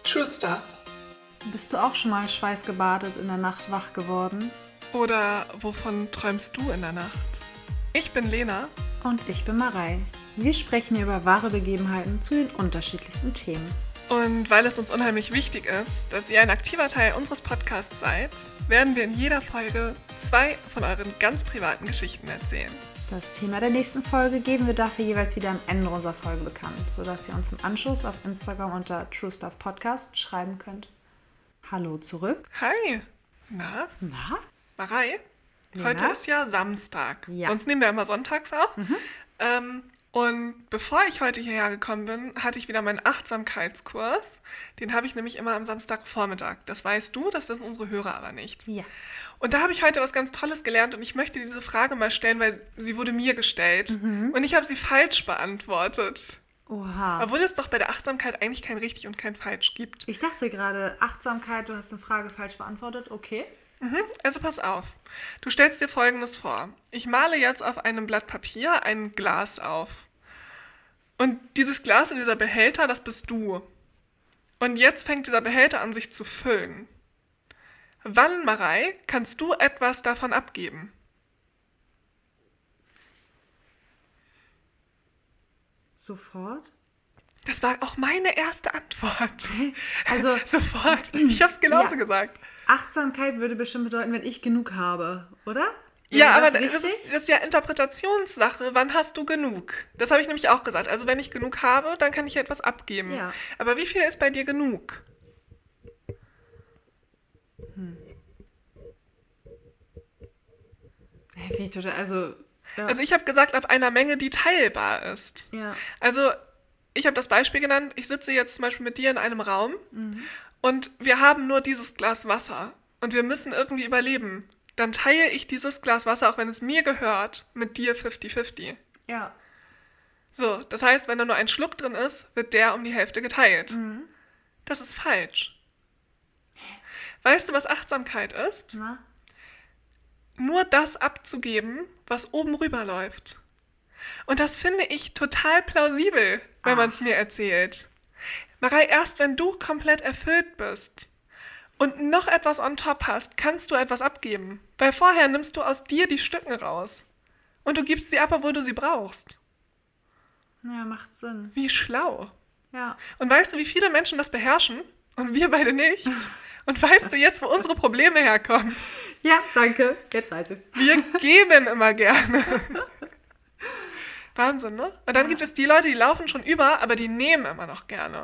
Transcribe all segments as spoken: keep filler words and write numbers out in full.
True Stuff. Bist du auch schon mal schweißgebadet in der Nacht wach geworden? Oder wovon träumst du in der Nacht? Ich bin Lena. Und ich bin Marei. Wir sprechen hier über wahre Begebenheiten zu den unterschiedlichsten Themen. Und weil es uns unheimlich wichtig ist, dass ihr ein aktiver Teil unseres Podcasts seid, werden wir in jeder Folge zwei von euren ganz privaten Geschichten erzählen. Das Thema der nächsten Folge geben wir dafür jeweils wieder am Ende unserer Folge bekannt, sodass ihr uns im Anschluss auf Instagram unter True Stuff Podcast schreiben könnt. Hallo zurück. Hi. Na? Na? Marei? Lena? Heute ist ja Samstag. Ja. Sonst nehmen wir immer sonntags auf. Mhm. Ähm, und bevor ich heute hierher gekommen bin, hatte ich wieder meinen Achtsamkeitskurs. Den habe ich nämlich immer am Samstagvormittag. Das weißt du, das wissen unsere Hörer aber nicht. Ja. Und da habe ich heute was ganz Tolles gelernt und ich möchte diese Frage mal stellen, weil sie wurde mir gestellt. Mhm. Und ich habe sie falsch beantwortet. Oha. Obwohl es doch bei der Achtsamkeit eigentlich kein richtig und kein falsch gibt. Ich dachte gerade, Achtsamkeit, du hast eine Frage falsch beantwortet. Okay. Mhm, also pass auf. Du stellst dir Folgendes vor. Ich male jetzt auf einem Blatt Papier ein Glas auf. Und dieses Glas und dieser Behälter, das bist du. Und jetzt fängt dieser Behälter an, sich zu füllen. Wann, Marei, kannst du etwas davon abgeben? Sofort? Das war auch meine erste Antwort. Also, Sofort. Ich habe es genauso Ja. gesagt. Achtsamkeit würde bestimmt bedeuten, wenn ich genug habe, oder? Ja, Wäre aber das das richtig? ist, das ist ja Interpretationssache. Wann hast du genug? Das habe ich nämlich auch gesagt. Also wenn ich genug habe, dann kann ich etwas abgeben. Ja. Aber wie viel ist bei dir genug? Hä, wie total, also, ja. Also ich habe gesagt, ab einer Menge, die teilbar ist. ja. Also ich habe das Beispiel genannt. Ich sitze jetzt zum Beispiel mit dir in einem Raum Mhm. und wir haben nur dieses Glas Wasser und wir müssen irgendwie überleben. Dann teile ich dieses Glas Wasser, auch wenn es mir gehört, mit dir fünfzig fünfzig. Ja. So, das heißt, wenn da nur ein Schluck drin ist, wird der um die Hälfte geteilt. Mhm. Das ist falsch. Weißt du, was Achtsamkeit ist? Na? Nur das abzugeben, was oben rüber läuft. Und das finde ich total plausibel, wenn Ach. man es mir erzählt. Marei, erst wenn du komplett erfüllt bist und noch etwas on top hast, kannst du etwas abgeben. Weil vorher nimmst du aus dir die Stücken raus. Und du gibst sie ab, obwohl du sie brauchst. Ja, macht Sinn. Wie schlau. Ja. Und weißt du, wie viele Menschen das beherrschen? Und wir beide nicht. Und weißt du jetzt, wo unsere Probleme herkommen? Ja, danke. Jetzt weiß ich's. Wir geben immer gerne. Wahnsinn, ne? Und dann Ja. gibt es die Leute, die laufen schon über, aber die nehmen immer noch gerne.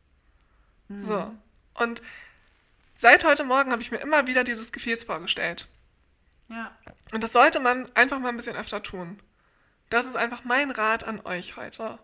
So. Und seit heute Morgen habe ich mir immer wieder dieses Gefäß vorgestellt. Ja. Und das sollte man einfach mal ein bisschen öfter tun. Das ist einfach mein Rat an euch heute.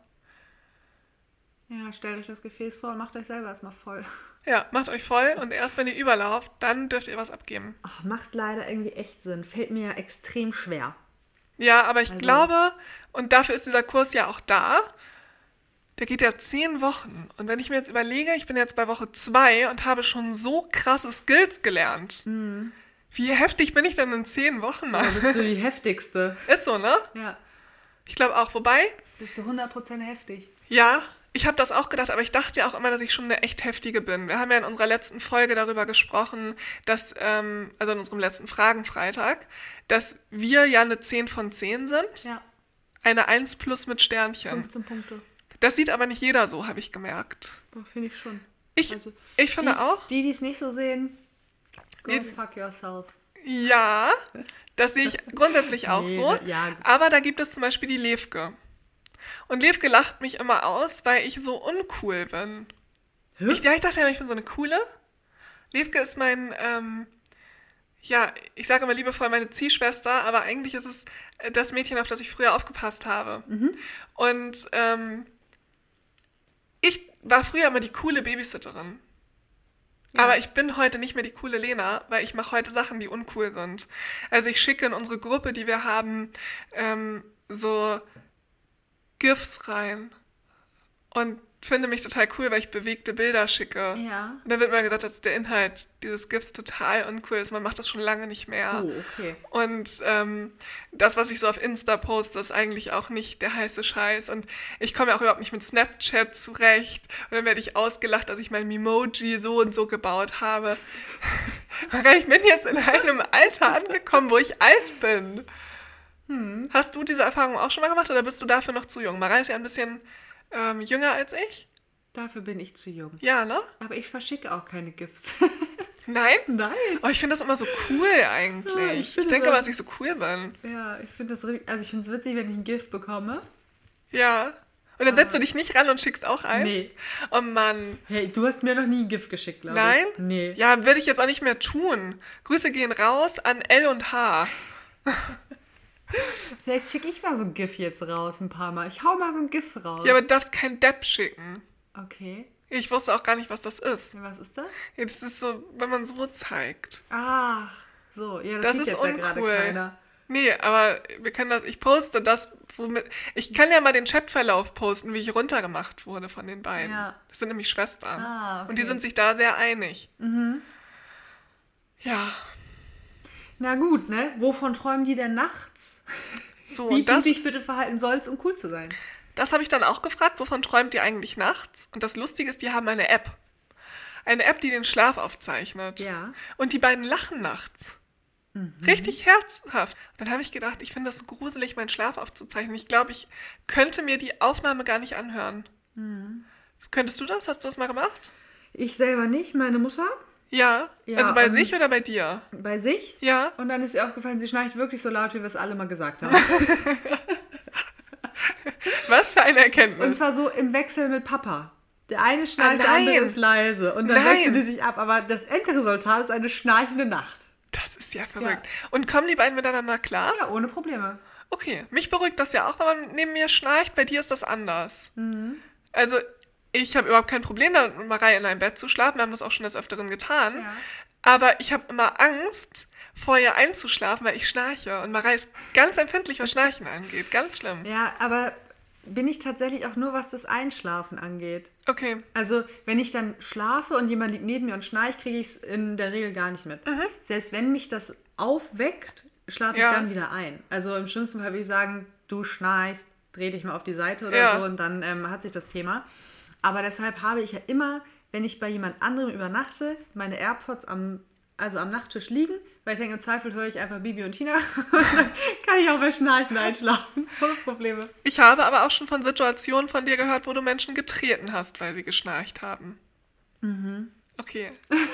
Ja, stellt euch das Gefäß vor und macht euch selber erstmal voll. Ja, macht euch voll und erst wenn ihr überlauft, dann dürft ihr was abgeben. Ach, macht leider irgendwie echt Sinn. Fällt mir extrem schwer. Ja, aber ich Also- glaube, und dafür ist dieser Kurs ja auch da, der geht ja zehn Wochen. Und wenn ich mir jetzt überlege, ich bin jetzt bei Woche zwei und habe schon so krasse Skills gelernt. Wie heftig bin ich denn in zehn Wochen mal? Da bist du die heftigste. Ist so, ne? Ja. Ich glaube auch. Wobei, Bist du hundert Prozent heftig. ja, ich habe das auch gedacht, aber ich dachte ja auch immer, dass ich schon eine echt heftige bin. Wir haben ja in unserer letzten Folge darüber gesprochen, dass, ähm, also in unserem letzten Fragenfreitag, dass wir ja eine zehn von zehn sind. Ja. Eine eins plus mit Sternchen. fünfzehn Punkte. Das sieht aber nicht jeder so, habe ich gemerkt. Boah, finde ich schon. Ich, Also, ich finde die, auch, Die, die es nicht so sehen, go Nee. fuck yourself. ja, das sehe ich grundsätzlich auch Nee, so. da- ja. Aber da gibt es zum Beispiel die Levke. Und Levke lacht mich immer aus, weil ich so uncool bin. Hä? Ich, ja, ich dachte ja, ich bin so eine coole. Levke ist mein, ähm, ja, ich sage immer liebevoll meine Ziehschwester, aber eigentlich ist es äh, das Mädchen, auf das ich früher aufgepasst habe. Und ähm, ich war früher immer die coole Babysitterin. Ja. Aber ich bin heute nicht mehr die coole Lena, weil ich mache heute Sachen, die uncool sind. Also ich schicke in unsere Gruppe, die wir haben, ähm, so GIFs rein. Und finde mich total cool, weil ich bewegte Bilder schicke. Ja. Und da wird mir gesagt, dass der Inhalt dieses GIFs total uncool ist. Man macht das schon lange nicht mehr. Oh, okay. Und ähm, das, was ich so auf Insta poste, ist eigentlich auch nicht der heiße Scheiß. Und ich komme ja auch überhaupt nicht mit Snapchat zurecht. Und dann werde ich ausgelacht, dass ich mein Memoji so und so gebaut habe. Weil ich bin jetzt in einem Alter angekommen, wo ich alt bin. Hm. Hast du diese Erfahrung auch schon mal gemacht oder bist du dafür noch zu jung? Marei ist ja ein bisschen ähm, jünger als ich. Dafür bin ich zu jung. Ja, ne? Aber ich verschicke auch keine GIFs. Nein? Nein. Oh, ich finde das immer so cool eigentlich. Ja, ich ich finde denke das- immer, dass ich so cool bin. Ja, ich finde das richtig, also ich finde es witzig, wenn ich ein GIF bekomme. Ja. Und dann setzt du dich nicht ran und schickst auch eins? Nee. Oh Mann. Hey, du hast mir noch nie ein GIF geschickt, glaube ich. Nein? Nee. Ja, würde ich jetzt auch nicht mehr tun. Grüße gehen raus an L und H. Vielleicht schicke ich mal so ein GIF jetzt raus ein paar Mal. Ich hau mal so ein GIF raus. Ja, aber du darfst kein Depp schicken. Okay. Ich wusste auch gar nicht, was das ist. Ja, was ist das? Ja, das ist so, wenn man so zeigt. Ach, so. Ja, das, Das sieht ist jetzt ja gerade uncool. keiner. Nee, aber wir können das, ich poste das, womit, ich kann ja mal den Chatverlauf posten, wie ich runtergemacht wurde von den beiden. Ja. Das sind nämlich Schwestern. Ah, okay. Und die sind sich da sehr einig. Mhm. Ja, Na gut, ne? Wovon träumen die denn nachts? so, Wie und das, du dich bitte verhalten sollst, um cool zu sein. das habe ich dann auch gefragt, wovon träumt ihr eigentlich nachts? Und das Lustige ist, die haben eine App. Eine App, die den Schlaf aufzeichnet. Ja. Und die beiden lachen nachts. Richtig herzhaft. Und dann habe ich gedacht, ich finde das so gruselig, meinen Schlaf aufzuzeichnen. Ich glaube, ich könnte mir die Aufnahme gar nicht anhören. Könntest du das? Hast du das mal gemacht? Ich selber nicht, meine Mutter Ja. Ja, also bei und- sich oder bei dir? bei sich. Ja. Und dann ist ihr aufgefallen, sie schnarcht wirklich so laut, wie wir es alle mal gesagt haben. Was für eine Und Erkenntnis. zwar so im Wechsel mit Papa. Der eine schnarcht, Ah, der andere nein. ist leise. Und dann Nein. wechseln die sich ab. Aber das Endresultat ist eine schnarchende Nacht. Das ist ja verrückt. Und kommen die beiden miteinander klar? Ja, ohne Probleme. Okay. Mich beruhigt das ja auch, wenn man neben mir schnarcht. Bei dir ist das anders. Also, ich habe überhaupt kein Problem damit, mit Marei in einem Bett zu schlafen. Wir haben das auch schon des Öfteren getan. Ja. Aber ich habe immer Angst, vor ihr einzuschlafen, weil ich schnarche. Und Marei ist ganz empfindlich, was Schnarchen angeht. Ganz schlimm. Ja, aber bin ich tatsächlich auch nur, was das Einschlafen angeht. Okay. Also, wenn ich dann schlafe und jemand liegt neben mir und schnarcht, kriege ich es in der Regel gar nicht mit. Selbst wenn mich das aufweckt, schlafe Ja. ich dann wieder ein. Also im schlimmsten Fall würde ich sagen, du schnarchst, dreh dich mal auf die Seite oder Ja. so und dann ähm, hat sich das Thema. Aber deshalb habe ich ja immer, wenn ich bei jemand anderem übernachte, meine AirPods am, also am Nachttisch liegen, weil ich denke, im Zweifel höre ich einfach Bibi und Tina und dann kann ich auch bei Schnarchen einschlafen. Ohne Probleme. Ich habe aber auch schon von Situationen von dir gehört, wo du Menschen getreten hast, weil sie geschnarcht haben. Okay.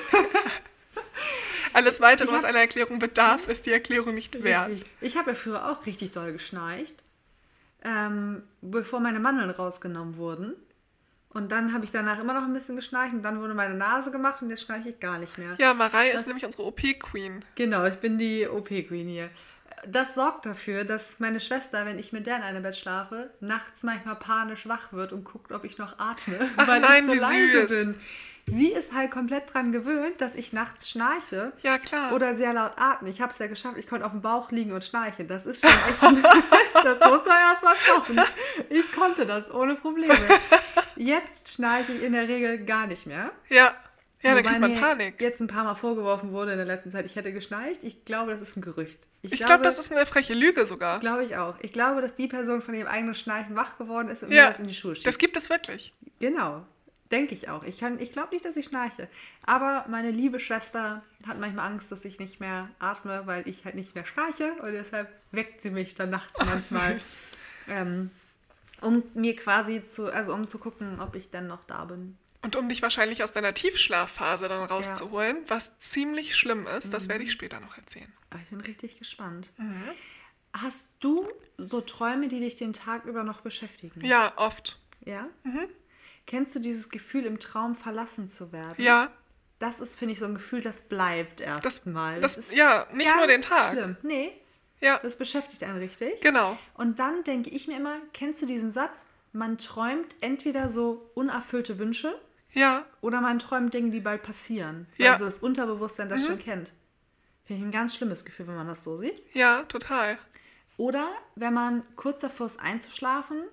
Alles Weitere, Ich hab- was einer Erklärung bedarf, ist die Erklärung nicht wert. Richtig. Ich habe ja früher auch richtig doll geschnarcht, ähm, bevor meine Mandeln rausgenommen wurden. Und dann habe ich danach immer noch ein bisschen geschnarcht und dann wurde meine Nase gemacht und jetzt schnarche ich gar nicht mehr. Ja, Marei Das- ist nämlich unsere O P-Queen. Genau, ich bin die O P-Queen hier. Das sorgt dafür, dass meine Schwester, wenn ich mit der in einem Bett schlafe, nachts manchmal panisch wach wird und guckt, ob ich noch atme, Ach weil nein, ich so wie leise süß. bin. Sie ist halt komplett dran gewöhnt, dass ich nachts schnarche. Ja, klar. Oder sehr laut atme. Ich habe es ja geschafft. Ich konnte auf dem Bauch liegen und schnarchen. Das ist schon echt... ein- das muss man erst mal schaffen. Ich konnte das ohne Probleme. Jetzt schnarche ich in der Regel gar nicht mehr. Ja, ja, dann Wobei kriegt man mir Panik. jetzt ein paar Mal vorgeworfen wurde in der letzten Zeit, ich hätte geschnarcht. Ich glaube, das ist ein Gerücht. Ich glaube, das ist eine freche Lüge sogar. Glaube ich auch. Ich glaube, dass die Person von ihrem eigenen Schnarchen wach geworden ist und mir Ja, das in die Schuhe schiebt. das gibt es wirklich. Genau. Denke ich auch. Ich, kann- ich glaube nicht, dass ich schnarche. Aber meine liebe Schwester hat manchmal Angst, dass ich nicht mehr atme, weil ich halt nicht mehr schnarche. Und deshalb weckt sie mich dann nachts Ach, manchmal. süß. Ähm, um mir quasi zu, also um zu gucken, ob ich denn noch da bin. Und um dich wahrscheinlich aus deiner Tiefschlafphase dann rauszuholen, was ziemlich schlimm ist, Mhm. das werde ich später noch erzählen. Aber ich bin richtig gespannt. Mhm. Hast du so Träume, die dich den Tag über noch beschäftigen? Ja, oft. Ja? Kennst du dieses Gefühl, im Traum verlassen zu werden? Ja, Das ist, finde ich, so ein Gefühl, das bleibt das, erstmal. das, ja, nicht nur den Tag. Schlimm. Nee, Ja, das beschäftigt einen richtig. genau. Und dann denke ich mir immer, kennst du diesen Satz? Man träumt entweder so unerfüllte Wünsche Ja, oder man träumt Dinge, die bald passieren. Weil Ja. so das Unterbewusstsein das schon kennt. Finde ich ein ganz schlimmes Gefühl, wenn man das so sieht. ja, total. Oder wenn man kurz davor ist einzuschlafen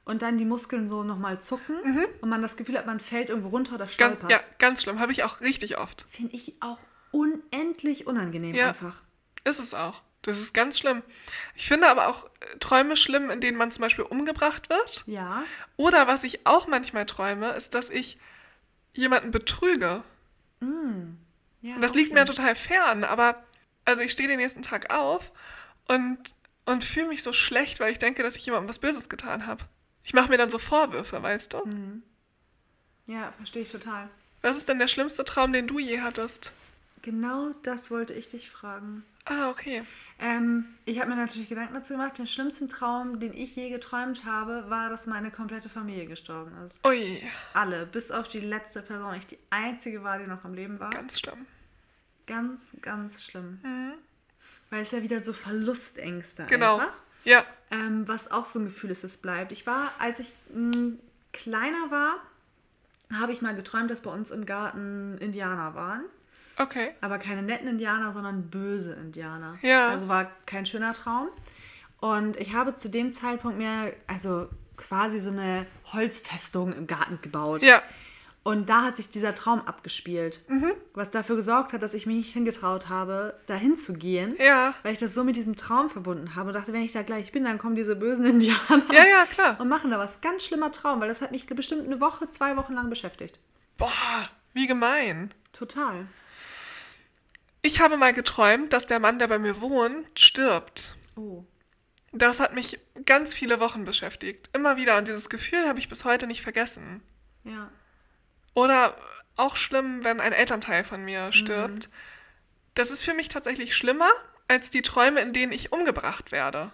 und dann die Muskeln so nochmal zucken mhm. und man das Gefühl hat, man fällt irgendwo runter oder ganz, stolpert. Ja, ganz schlimm. Habe ich auch richtig oft. Finde ich auch unendlich unangenehm ja, einfach. Ist es auch. Das ist ganz schlimm. Ich finde aber auch Träume schlimm, in denen man zum Beispiel umgebracht wird. Ja. Oder was ich auch manchmal träume, ist, dass ich jemanden betrüge. Mm. Ja, und das liegt schlimm. Mir total fern, aber also ich stehe den nächsten Tag auf und, und fühle mich so schlecht, weil ich denke, dass ich jemandem was Böses getan habe. Ich mache mir dann so Vorwürfe, weißt du? Mm. Ja, verstehe ich total. Was ist denn der schlimmste Traum, den du je hattest? Genau das wollte ich dich fragen. Ah, okay. Ähm, ich habe mir natürlich Gedanken dazu gemacht. Der schlimmste Traum, den ich je geträumt habe, war, dass meine komplette Familie gestorben ist. Ui. Alle, bis auf die letzte Person. Ich die einzige war, die noch am Leben war. Ganz schlimm. Ganz, ganz schlimm. Mhm. Weil es ja wieder so Verlustängste genau. einfach. Ja. Ähm, was auch so ein Gefühl ist, es bleibt. Ich war, als ich mh, kleiner war, habe ich mal geträumt, dass bei uns im Garten Indianer waren. Okay. Aber keine netten Indianer, sondern böse Indianer. Ja. Also war kein schöner Traum. Und ich habe zu dem Zeitpunkt mir also quasi so eine Holzfestung im Garten gebaut. Ja. Und da hat sich dieser Traum abgespielt. Mhm. Was dafür gesorgt hat, dass ich mich nicht hingetraut habe, dahin zu gehen. Ja. Weil ich das so mit diesem Traum verbunden habe. Und dachte, wenn ich da gleich bin, dann kommen diese bösen Indianer. Ja, ja, klar. Und machen da was. Ganz schlimmer Traum, weil das hat mich bestimmt eine Woche, zwei Wochen lang beschäftigt. Boah, wie gemein. Total. Ich habe mal geträumt, dass der Mann, der bei mir wohnt, stirbt. Oh. Das hat mich ganz viele Wochen beschäftigt. Immer wieder. Und dieses Gefühl habe ich bis heute nicht vergessen. Ja. Oder auch schlimm, wenn ein Elternteil von mir stirbt. Mhm. Das ist für mich tatsächlich schlimmer als die Träume, in denen ich umgebracht werde.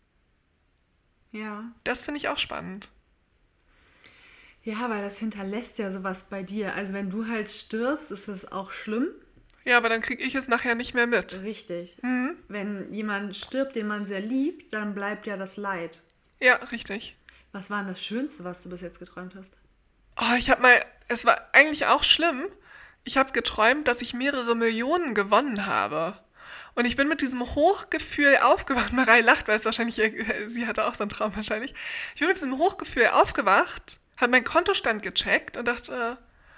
Ja. Das finde ich auch spannend. Ja, weil das hinterlässt ja sowas bei dir. Also wenn du halt stirbst, ist das auch schlimm. Ja, aber dann kriege ich es nachher nicht mehr mit. Richtig. Mhm. Wenn jemand stirbt, den man sehr liebt, dann bleibt ja das Leid. Ja, richtig. Was war denn das Schönste, was du bis jetzt geträumt hast? Oh, ich habe mal, es war eigentlich auch schlimm. Ich habe geträumt, dass ich mehrere Millionen gewonnen habe. Und ich bin mit diesem Hochgefühl aufgewacht. Marei lacht, weil es wahrscheinlich, sie hatte auch so einen Traum wahrscheinlich. Ich bin mit diesem Hochgefühl aufgewacht, habe meinen Kontostand gecheckt und dachte,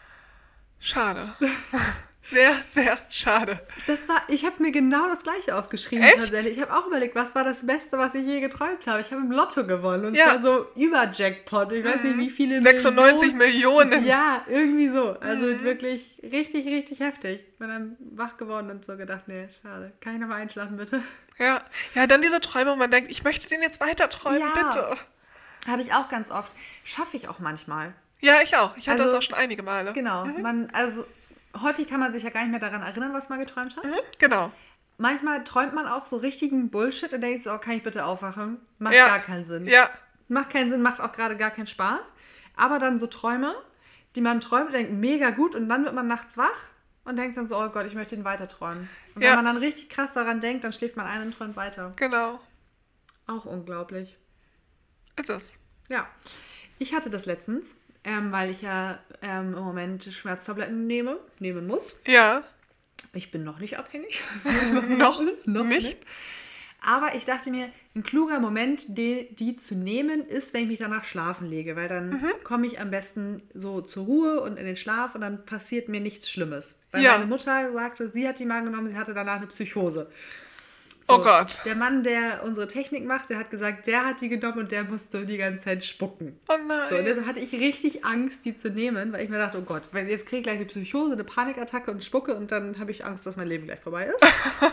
schade. Sehr, sehr schade. Das war, ich habe mir genau das Gleiche aufgeschrieben. Echt? Tatsächlich. Ich habe auch überlegt, was war das Beste, was ich je geträumt habe. Ich habe im Lotto gewonnen und ja. zwar so über Jackpot. Ich weiß nicht, wie viele sechsundneunzig Millionen. Millionen. Ja, irgendwie so. Also mhm. wirklich richtig, richtig heftig. Bin dann wach geworden und so gedacht, nee, schade. Kann ich nochmal einschlafen, bitte? Ja. Ja, dann diese Träume, wo man denkt, ich möchte den jetzt weiter träumen, ja. bitte. Habe ich auch ganz oft. Schaffe ich auch manchmal. Ja, ich auch. Ich hatte also, das auch schon einige Male. Genau. Mhm. Man, also häufig kann man sich ja gar nicht mehr daran erinnern, was man geträumt hat. Mhm, genau. Manchmal träumt man auch so richtigen Bullshit und denkt so, oh, kann ich bitte aufwachen? Macht ja. gar keinen Sinn. Ja. Macht keinen Sinn, macht auch gerade gar keinen Spaß. Aber dann so Träume, die man träumt, denkt mega gut und dann wird man nachts wach und denkt dann so, oh Gott, ich möchte ihn weiter träumen. Und ja. wenn man dann richtig krass daran denkt, dann schläft man ein und träumt weiter. Genau. Auch unglaublich. Ist es. Ja. Ich hatte das letztens. Ähm, weil ich ja ähm, im Moment Schmerztabletten nehme, nehmen muss. Ja. Ich bin noch nicht abhängig. noch, noch nicht. nicht. Aber ich dachte mir, ein kluger Moment, die, die zu nehmen, ist, wenn ich mich danach schlafen lege. Weil dann mhm. komme ich am besten so zur Ruhe und in den Schlaf und dann passiert mir nichts Schlimmes. Weil ja. meine Mutter sagte, sie hat die mal genommen, sie hatte danach eine Psychose. So, oh Gott. Der Mann, der unsere Technik macht, der hat gesagt, der hat die genommen und der musste die ganze Zeit spucken. Oh nein. So, und deshalb hatte ich richtig Angst, die zu nehmen, weil ich mir dachte, oh Gott, wenn jetzt kriege ich gleich eine Psychose, eine Panikattacke und spucke und dann habe ich Angst, dass mein Leben gleich vorbei ist.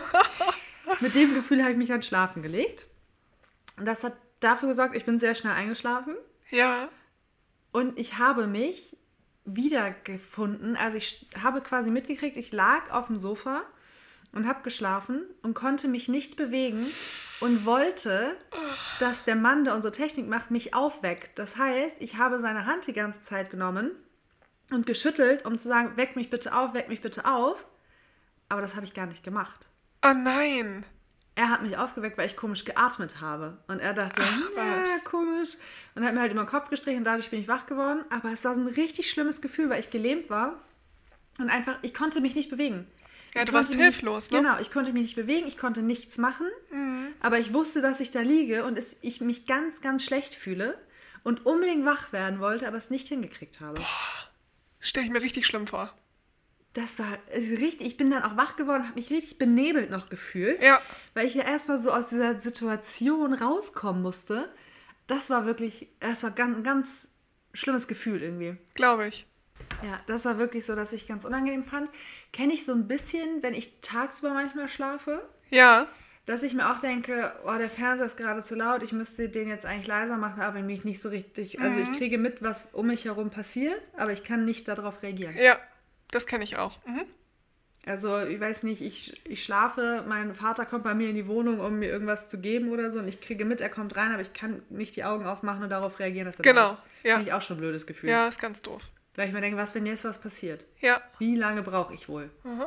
Mit dem Gefühl habe ich mich dann schlafen gelegt. Und das hat dafür gesorgt, ich bin sehr schnell eingeschlafen. Ja. Und ich habe mich wiedergefunden, also ich habe quasi mitgekriegt, ich lag auf dem Sofa und habe geschlafen und konnte mich nicht bewegen und wollte, dass der Mann, der unsere Technik macht, mich aufweckt. Das heißt, ich habe seine Hand die ganze Zeit genommen und geschüttelt, um zu sagen, weck mich bitte auf, weck mich bitte auf. Aber das habe ich gar nicht gemacht. Oh nein. Er hat mich aufgeweckt, weil ich komisch geatmet habe. Und er dachte, Ach, ja, was. komisch. Und hat mir halt immer den Kopf gestrichen und dadurch bin ich wach geworden. Aber es war so ein richtig schlimmes Gefühl, weil ich gelähmt war und einfach, ich konnte mich nicht bewegen. Ja, ich du warst mich, hilflos, ne? Genau, ich konnte mich nicht bewegen, ich konnte nichts machen, mhm. aber ich wusste, dass ich da liege und es, ich mich ganz, ganz schlecht fühle. und unbedingt wach werden wollte, aber es nicht hingekriegt habe. Boah, stelle ich mir richtig schlimm vor. Das war also richtig, ich bin dann auch wach geworden, habe mich richtig benebelt noch gefühlt, Ja. weil ich ja erstmal so aus dieser Situation rauskommen musste. Das war wirklich, das war ganz, ein ganz schlimmes Gefühl irgendwie. Glaube ich. Ja, das war wirklich so, dass ich ganz unangenehm fand. Kenne ich so ein bisschen, wenn ich tagsüber manchmal schlafe, Ja. dass ich mir auch denke, oh, der Fernseher ist gerade zu laut, ich müsste den jetzt eigentlich leiser machen, aber mich nicht so richtig, also ich kriege mit, was um mich herum passiert, aber ich kann nicht darauf reagieren. Ja, das kenne ich auch. Mhm. Also, ich weiß nicht, ich, ich schlafe, mein Vater kommt bei mir in die Wohnung, um mir irgendwas zu geben oder so und ich kriege mit, er kommt rein, aber ich kann nicht die Augen aufmachen und darauf reagieren, dass er Genau, da ist. ja. Finde ich auch schon ein blödes Gefühl. Ja, ist ganz doof. Weil ich mir denke, was, wenn jetzt was passiert? Ja. Wie lange brauche ich wohl? Mhm.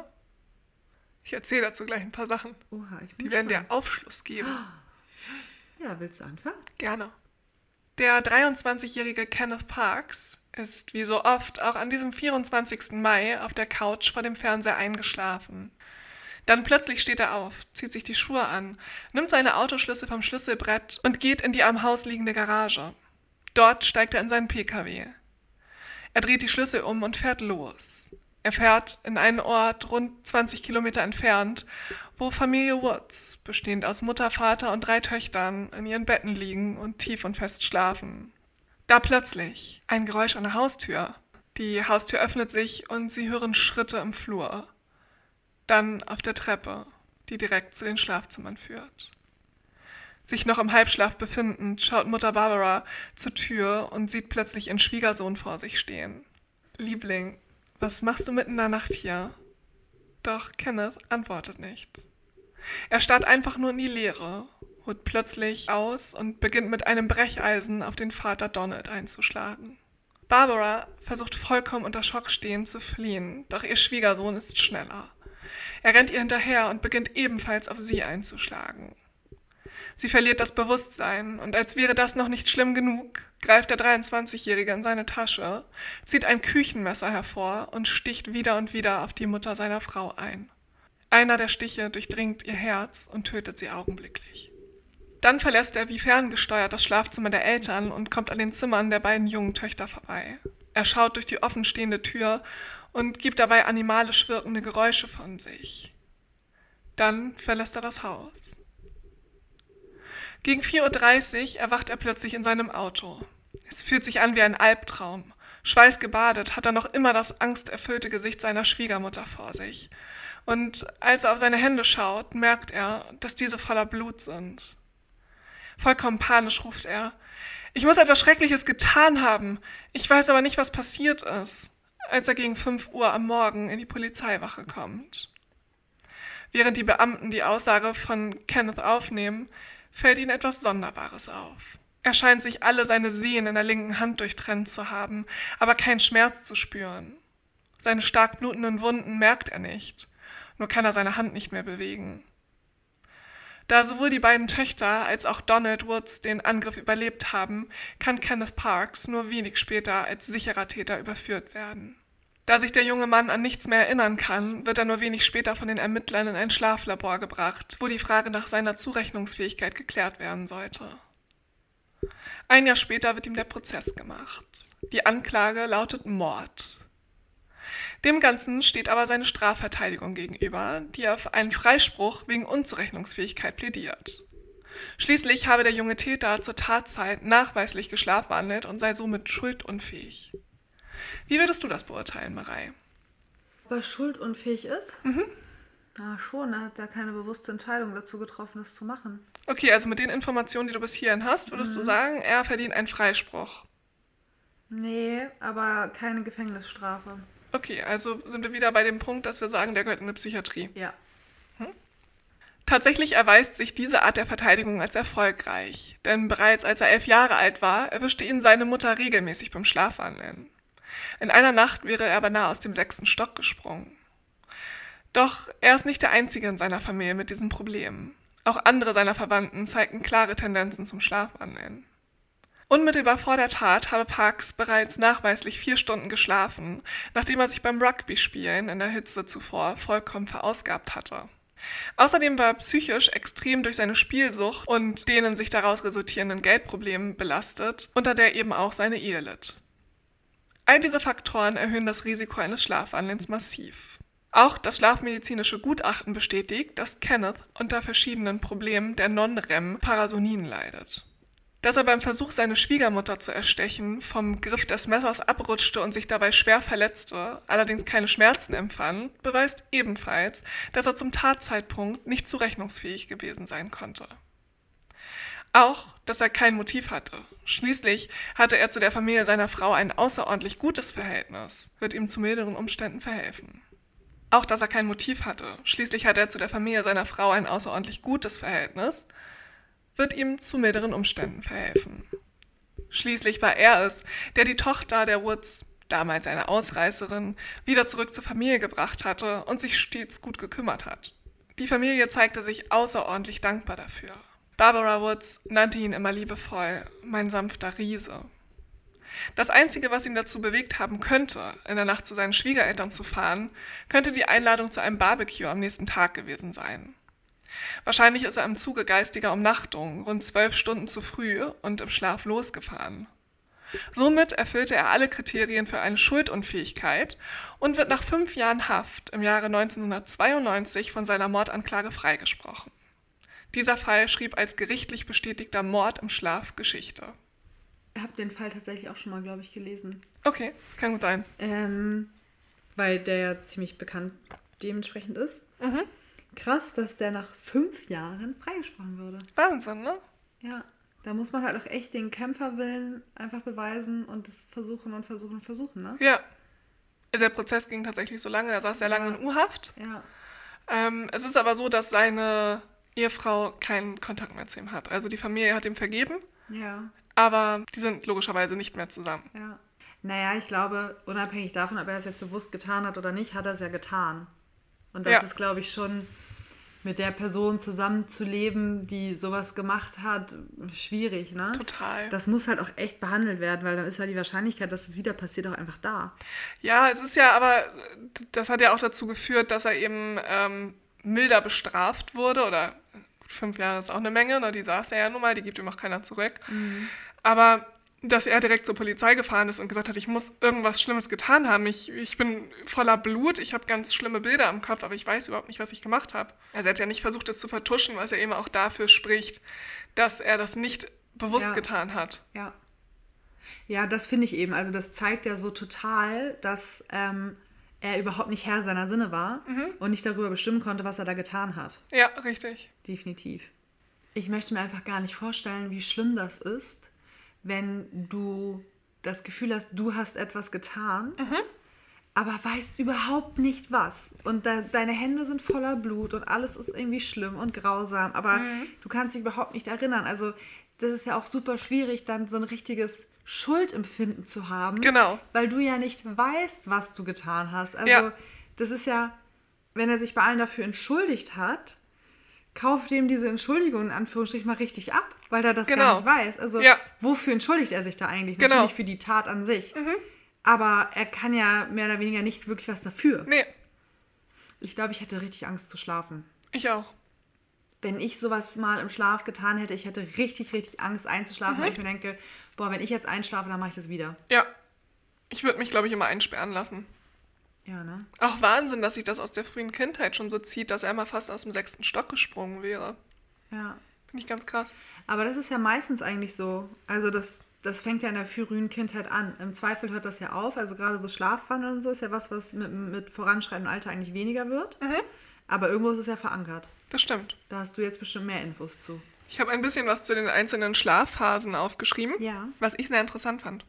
Ich erzähle dazu gleich ein paar Sachen. Oha, ich bin Die werden dir gespannt. Aufschluss geben. Ja, willst du anfangen? Gerne. Der dreiundzwanzigjährige Kenneth Parks ist wie so oft auch an diesem vierundzwanzigsten Mai auf der Couch vor dem Fernseher eingeschlafen. Dann plötzlich steht er auf, zieht sich die Schuhe an, nimmt seine Autoschlüssel vom Schlüsselbrett und geht in die am Haus liegende Garage. Dort steigt er in seinen P K W. Er dreht die Schlüssel um und fährt los. Er fährt in einen Ort rund zwanzig Kilometer entfernt, wo Familie Woods, bestehend aus Mutter, Vater und drei Töchtern, in ihren Betten liegen und tief und fest schlafen. Da plötzlich ein Geräusch an der Haustür. Die Haustür öffnet sich und sie hören Schritte im Flur. Dann auf der Treppe, die direkt zu den Schlafzimmern führt. Sich noch im Halbschlaf befindend, schaut Mutter Barbara zur Tür und sieht plötzlich ihren Schwiegersohn vor sich stehen. Liebling, was machst du mitten in der Nacht hier? Doch Kenneth antwortet nicht. Er starrt einfach nur in die Leere, holt plötzlich aus und beginnt mit einem Brecheisen auf den Vater Donald einzuschlagen. Barbara versucht vollkommen unter Schock stehend zu fliehen, doch ihr Schwiegersohn ist schneller. Er rennt ihr hinterher und beginnt ebenfalls auf sie einzuschlagen. Sie verliert das Bewusstsein und als wäre das noch nicht schlimm genug, greift der dreiundzwanzigjährige in seine Tasche, zieht ein Küchenmesser hervor und sticht wieder und wieder auf die Mutter seiner Frau ein. Einer der Stiche durchdringt ihr Herz und tötet sie augenblicklich. Dann verlässt er wie ferngesteuert das Schlafzimmer der Eltern und kommt an den Zimmern der beiden jungen Töchter vorbei. Er schaut durch die offenstehende Tür und gibt dabei animalisch wirkende Geräusche von sich. Dann verlässt er das Haus. Gegen vier Uhr dreißig erwacht er plötzlich in seinem Auto. Es fühlt sich an wie ein Albtraum. Schweißgebadet hat er noch immer das angsterfüllte Gesicht seiner Schwiegermutter vor sich. Und als er auf seine Hände schaut, merkt er, dass diese voller Blut sind. Vollkommen panisch ruft er: Ich muss etwas Schreckliches getan haben. Ich weiß aber nicht, was passiert ist, als er gegen fünf Uhr am Morgen in die Polizeiwache kommt. Während die Beamten die Aussage von Kenneth aufnehmen, fällt ihnen etwas Sonderbares auf. Er scheint sich alle seine Sehnen in der linken Hand durchtrennt zu haben, aber keinen Schmerz zu spüren. Seine stark blutenden Wunden merkt er nicht, nur kann er seine Hand nicht mehr bewegen. Da sowohl die beiden Töchter als auch Donald Woods den Angriff überlebt haben, kann Kenneth Parks nur wenig später als sicherer Täter überführt werden. Da sich der junge Mann an nichts mehr erinnern kann, wird er nur wenig später von den Ermittlern in ein Schlaflabor gebracht, wo die Frage nach seiner Zurechnungsfähigkeit geklärt werden sollte. Ein Jahr später wird ihm der Prozess gemacht. Die Anklage lautet Mord. Dem Ganzen steht aber seine Strafverteidigung gegenüber, die auf einen Freispruch wegen Unzurechnungsfähigkeit plädiert. Schließlich habe der junge Täter zur Tatzeit nachweislich geschlafwandelt und sei somit schuldunfähig. Wie würdest du das beurteilen, Marei? Ob er schuldunfähig ist? Mhm. Na schon, er hat ja keine bewusste Entscheidung dazu getroffen, das zu machen. Okay, also mit den Informationen, die du bis hierhin hast, würdest mhm. du sagen, er verdient einen Freispruch? Nee, aber keine Gefängnisstrafe. Okay, also sind wir wieder bei dem Punkt, dass wir sagen, der gehört in eine Psychiatrie. Ja. Hm? Tatsächlich erweist sich diese Art der Verteidigung als erfolgreich, denn bereits als er elf Jahre alt war, erwischte ihn seine Mutter regelmäßig beim Schlafwandeln. In einer Nacht wäre er beinahe aus dem sechsten Stock gesprungen. Doch er ist nicht der Einzige in seiner Familie mit diesem Problem. Auch andere seiner Verwandten zeigten klare Tendenzen zum Schlafwandeln. Unmittelbar vor der Tat habe Parks bereits nachweislich vier Stunden geschlafen, nachdem er sich beim Rugby-Spielen in der Hitze zuvor vollkommen verausgabt hatte. Außerdem war er psychisch extrem durch seine Spielsucht und den sich daraus resultierenden Geldproblemen belastet, unter der eben auch seine Ehe litt. All diese Faktoren erhöhen das Risiko eines Schlafwandelns massiv. Auch das schlafmedizinische Gutachten bestätigt, dass Kenneth unter verschiedenen Problemen der Non-R E M-Parasonien leidet. Dass er beim Versuch, seine Schwiegermutter zu erstechen, vom Griff des Messers abrutschte und sich dabei schwer verletzte, allerdings keine Schmerzen empfand, beweist ebenfalls, dass er zum Tatzeitpunkt nicht zurechnungsfähig gewesen sein konnte. Auch, dass er kein Motiv hatte. Schließlich hatte er zu der Familie seiner Frau ein außerordentlich gutes Verhältnis, wird ihm zu milderen Umständen verhelfen. Auch, dass er kein Motiv hatte. Schließlich hatte er zu der Familie seiner Frau ein außerordentlich gutes Verhältnis, wird ihm zu milderen Umständen verhelfen. Schließlich war er es, der die Tochter der Woods, damals eine Ausreißerin, wieder zurück zur Familie gebracht hatte und sich stets gut gekümmert hat. Die Familie zeigte sich außerordentlich dankbar dafür. Barbara Woods nannte ihn immer liebevoll »mein sanfter Riese«. Das Einzige, was ihn dazu bewegt haben könnte, in der Nacht zu seinen Schwiegereltern zu fahren, könnte die Einladung zu einem Barbecue am nächsten Tag gewesen sein. Wahrscheinlich ist er im Zuge geistiger Umnachtung rund zwölf Stunden zu früh und im Schlaf losgefahren. Somit erfüllte er alle Kriterien für eine Schuldunfähigkeit und wird nach fünf Jahren Haft im Jahre neunzehnhundertzweiundneunzig von seiner Mordanklage freigesprochen. Dieser Fall schrieb als gerichtlich bestätigter Mord im Schlaf Geschichte. Ich habe den Fall tatsächlich auch schon mal, glaube ich, gelesen. Okay, das kann gut sein. Ähm, weil der ja ziemlich bekannt dementsprechend ist. Mhm. Krass, dass der nach fünf Jahren freigesprochen wurde. Wahnsinn, ne? Ja, da muss man halt auch echt den Kämpferwillen einfach beweisen und das versuchen und versuchen und versuchen, ne? Ja. Der Prozess ging tatsächlich so lange, er saß sehr lange Ja. in U-Haft. Ja. Ähm, es ist aber so, dass seine Ehefrau keinen Kontakt mehr zu ihm hat. Also die Familie hat ihm vergeben, Ja. aber die sind logischerweise nicht mehr zusammen. Ja. Naja, ich glaube, unabhängig davon, ob er es jetzt bewusst getan hat oder nicht, hat er es ja getan. Und das Ja. ist, glaube ich, schon mit der Person zusammenzuleben, die sowas gemacht hat, schwierig, ne? Total. Das muss halt auch echt behandelt werden, weil dann ist ja die Wahrscheinlichkeit, dass es wieder passiert, auch einfach da. Ja, es ist ja aber, das hat ja auch dazu geführt, dass er eben ähm, milder bestraft wurde, oder fünf Jahre ist auch eine Menge, ne? Die saß er ja nun mal, die gibt ihm auch keiner zurück. Mhm. Aber dass er direkt zur Polizei gefahren ist und gesagt hat, ich muss irgendwas Schlimmes getan haben. Ich, ich bin voller Blut, ich habe ganz schlimme Bilder im Kopf, aber ich weiß überhaupt nicht, was ich gemacht habe. Also er hat ja nicht versucht, das zu vertuschen, was ja eben auch dafür spricht, dass er das nicht bewusst Ja. getan hat. Ja. Ja, das finde ich eben. Also das zeigt ja so total, dass ähm, er überhaupt nicht Herr seiner Sinne war und nicht darüber bestimmen konnte, was er da getan hat. Ja, richtig. Definitiv. Ich möchte mir einfach gar nicht vorstellen, wie schlimm das ist, wenn du das Gefühl hast, du hast etwas getan, aber weißt überhaupt nicht was. Und da, deine Hände sind voller Blut und alles ist irgendwie schlimm und grausam, aber du kannst dich überhaupt nicht erinnern. Also das ist ja auch super schwierig, dann so ein richtiges Schuldempfinden zu haben, Genau. weil du ja nicht weißt, was du getan hast. Also Ja. das ist ja, wenn er sich bei allen dafür entschuldigt hat, kauft dem diese Entschuldigung in Anführungsstrichen mal richtig ab, weil er das Genau. gar nicht weiß. Also Ja. wofür entschuldigt er sich da eigentlich? Genau. Natürlich für die Tat an sich. Aber er kann ja mehr oder weniger nicht wirklich was dafür. Nee, Ich glaube, ich hätte richtig Angst zu schlafen. ich auch. Wenn ich sowas mal im Schlaf getan hätte, ich hätte richtig, richtig Angst einzuschlafen, weil ich mir denke, boah, wenn ich jetzt einschlafe, dann mache ich das wieder. Ja. Ich würde mich, glaube ich, immer einsperren lassen. Ja, ne? Auch Wahnsinn, dass sich das aus der frühen Kindheit schon so zieht, dass er mal fast aus dem sechsten Stock gesprungen wäre. Ja. Finde ich ganz krass. Aber das ist ja meistens eigentlich so. Also das, das fängt ja in der frühen Kindheit an. Im Zweifel hört das ja auf. Also gerade so Schlafwandel und so ist ja was, was mit, mit voranschreitendem Alter eigentlich weniger wird. Aber irgendwo ist es ja verankert. Das stimmt. Da hast du jetzt bestimmt mehr Infos zu. Ich habe ein bisschen was zu den einzelnen Schlafphasen aufgeschrieben, Ja. was ich sehr interessant fand.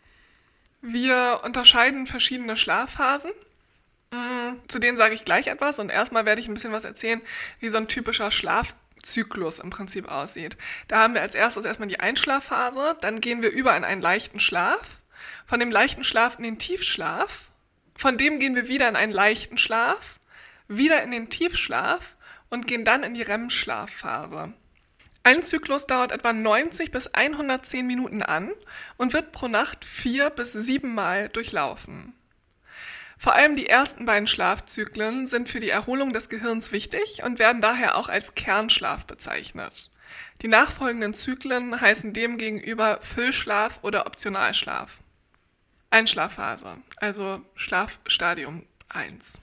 Wir unterscheiden verschiedene Schlafphasen. Mm, Zu denen sage ich gleich etwas und erstmal werde ich ein bisschen was erzählen, wie so ein typischer Schlafzyklus im Prinzip aussieht. Da haben wir als erstes erstmal die Einschlafphase, dann gehen wir über in einen leichten Schlaf, von dem leichten Schlaf in den Tiefschlaf, von dem gehen wir wieder in einen leichten Schlaf, wieder in den Tiefschlaf und gehen dann in die R E M-Schlafphase. Ein Zyklus dauert etwa neunzig bis hundertzehn Minuten an und wird pro Nacht vier bis sieben Mal durchlaufen. Vor allem die ersten beiden Schlafzyklen sind für die Erholung des Gehirns wichtig und werden daher auch als Kernschlaf bezeichnet. Die nachfolgenden Zyklen heißen demgegenüber Füllschlaf oder Optionalschlaf. Einschlafphase, also Schlafstadium eins.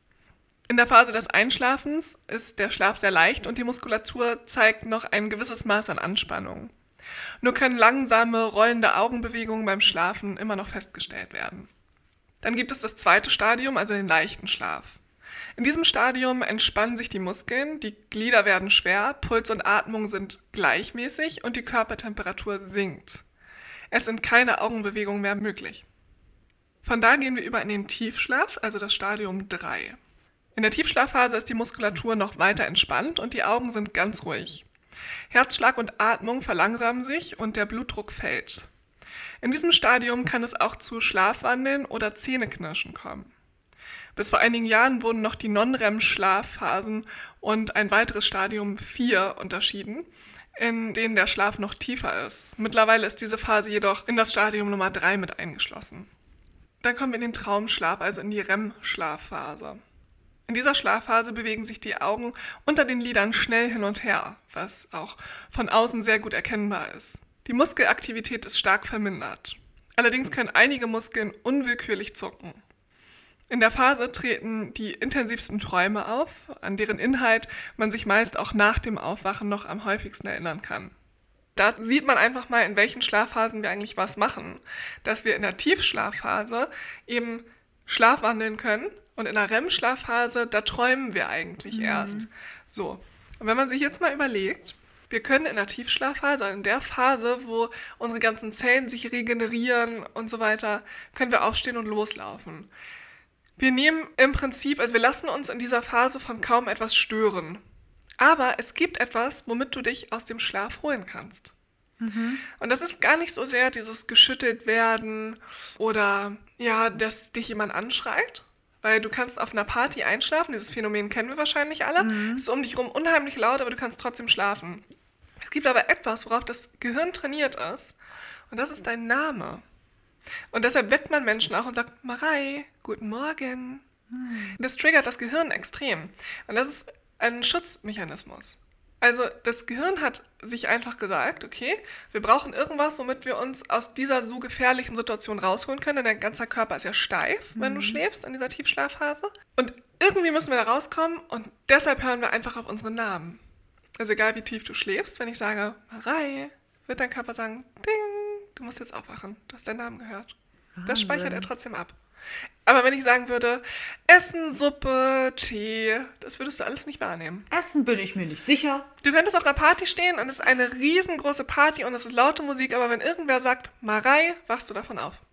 In der Phase des Einschlafens ist der Schlaf sehr leicht und die Muskulatur zeigt noch ein gewisses Maß an Anspannung. Nur können langsame, rollende Augenbewegungen beim Schlafen immer noch festgestellt werden. Dann gibt es das zweite Stadium, also den leichten Schlaf. In diesem Stadium entspannen sich die Muskeln, die Glieder werden schwer, Puls und Atmung sind gleichmäßig und die Körpertemperatur sinkt. Es sind keine Augenbewegungen mehr möglich. Von da gehen wir über in den Tiefschlaf, also das Stadium drei. In der Tiefschlafphase ist die Muskulatur noch weiter entspannt und die Augen sind ganz ruhig. Herzschlag und Atmung verlangsamen sich und der Blutdruck fällt. In diesem Stadium kann es auch zu Schlafwandeln oder Zähneknirschen kommen. Bis vor einigen Jahren wurden noch die Non-R E M-Schlafphasen und ein weiteres Stadium vier unterschieden, in denen der Schlaf noch tiefer ist. Mittlerweile ist diese Phase jedoch in das Stadium Nummer drei mit eingeschlossen. Dann kommen wir in den Traumschlaf, also in die R E M-Schlafphase. In dieser Schlafphase bewegen sich die Augen unter den Lidern schnell hin und her, was auch von außen sehr gut erkennbar ist. Die Muskelaktivität ist stark vermindert. Allerdings können einige Muskeln unwillkürlich zucken. In der Phase treten die intensivsten Träume auf, an deren Inhalt man sich meist auch nach dem Aufwachen noch am häufigsten erinnern kann. Da sieht man einfach mal, in welchen Schlafphasen wir eigentlich was machen. Dass wir in der Tiefschlafphase eben schlafwandeln können und in der R E M-Schlafphase, da träumen wir eigentlich mhm. erst. So, und wenn man sich jetzt mal überlegt, wir können in der Tiefschlafphase, also in der Phase, wo unsere ganzen Zellen sich regenerieren und so weiter, können wir aufstehen und loslaufen. Wir nehmen im Prinzip, also wir lassen uns in dieser Phase von kaum etwas stören. Aber es gibt etwas, womit du dich aus dem Schlaf holen kannst. Mhm. Und das ist gar nicht so sehr dieses geschüttelt werden oder ja, dass dich jemand anschreit. Weil du kannst auf einer Party einschlafen, dieses Phänomen kennen wir wahrscheinlich alle. Mhm. Es ist um dich herum unheimlich laut, aber du kannst trotzdem schlafen. Es gibt aber etwas, worauf das Gehirn trainiert ist. Und das ist dein Name. Und deshalb weckt man Menschen auch und sagt, Marei, guten Morgen. Mhm. Das triggert das Gehirn extrem. Und das ist ein Schutzmechanismus. Also das Gehirn hat sich einfach gesagt, okay, wir brauchen irgendwas, womit wir uns aus dieser so gefährlichen Situation rausholen können, denn dein ganzer Körper ist ja steif, mhm. wenn du schläfst in dieser Tiefschlafphase. Und irgendwie müssen wir da rauskommen und deshalb hören wir einfach auf unseren Namen. Also egal wie tief du schläfst, wenn ich sage, Marei, wird dein Körper sagen, ding, du musst jetzt aufwachen, du hast deinen Namen gehört. Wahnsinn. Das speichert er trotzdem ab. Aber wenn ich sagen würde, Essen, Suppe, Tee, das würdest du alles nicht wahrnehmen. Essen bin ich mir nicht sicher. Du könntest auf einer Party stehen und es ist eine riesengroße Party und es ist laute Musik, aber wenn irgendwer sagt, Marei, wachst du davon auf.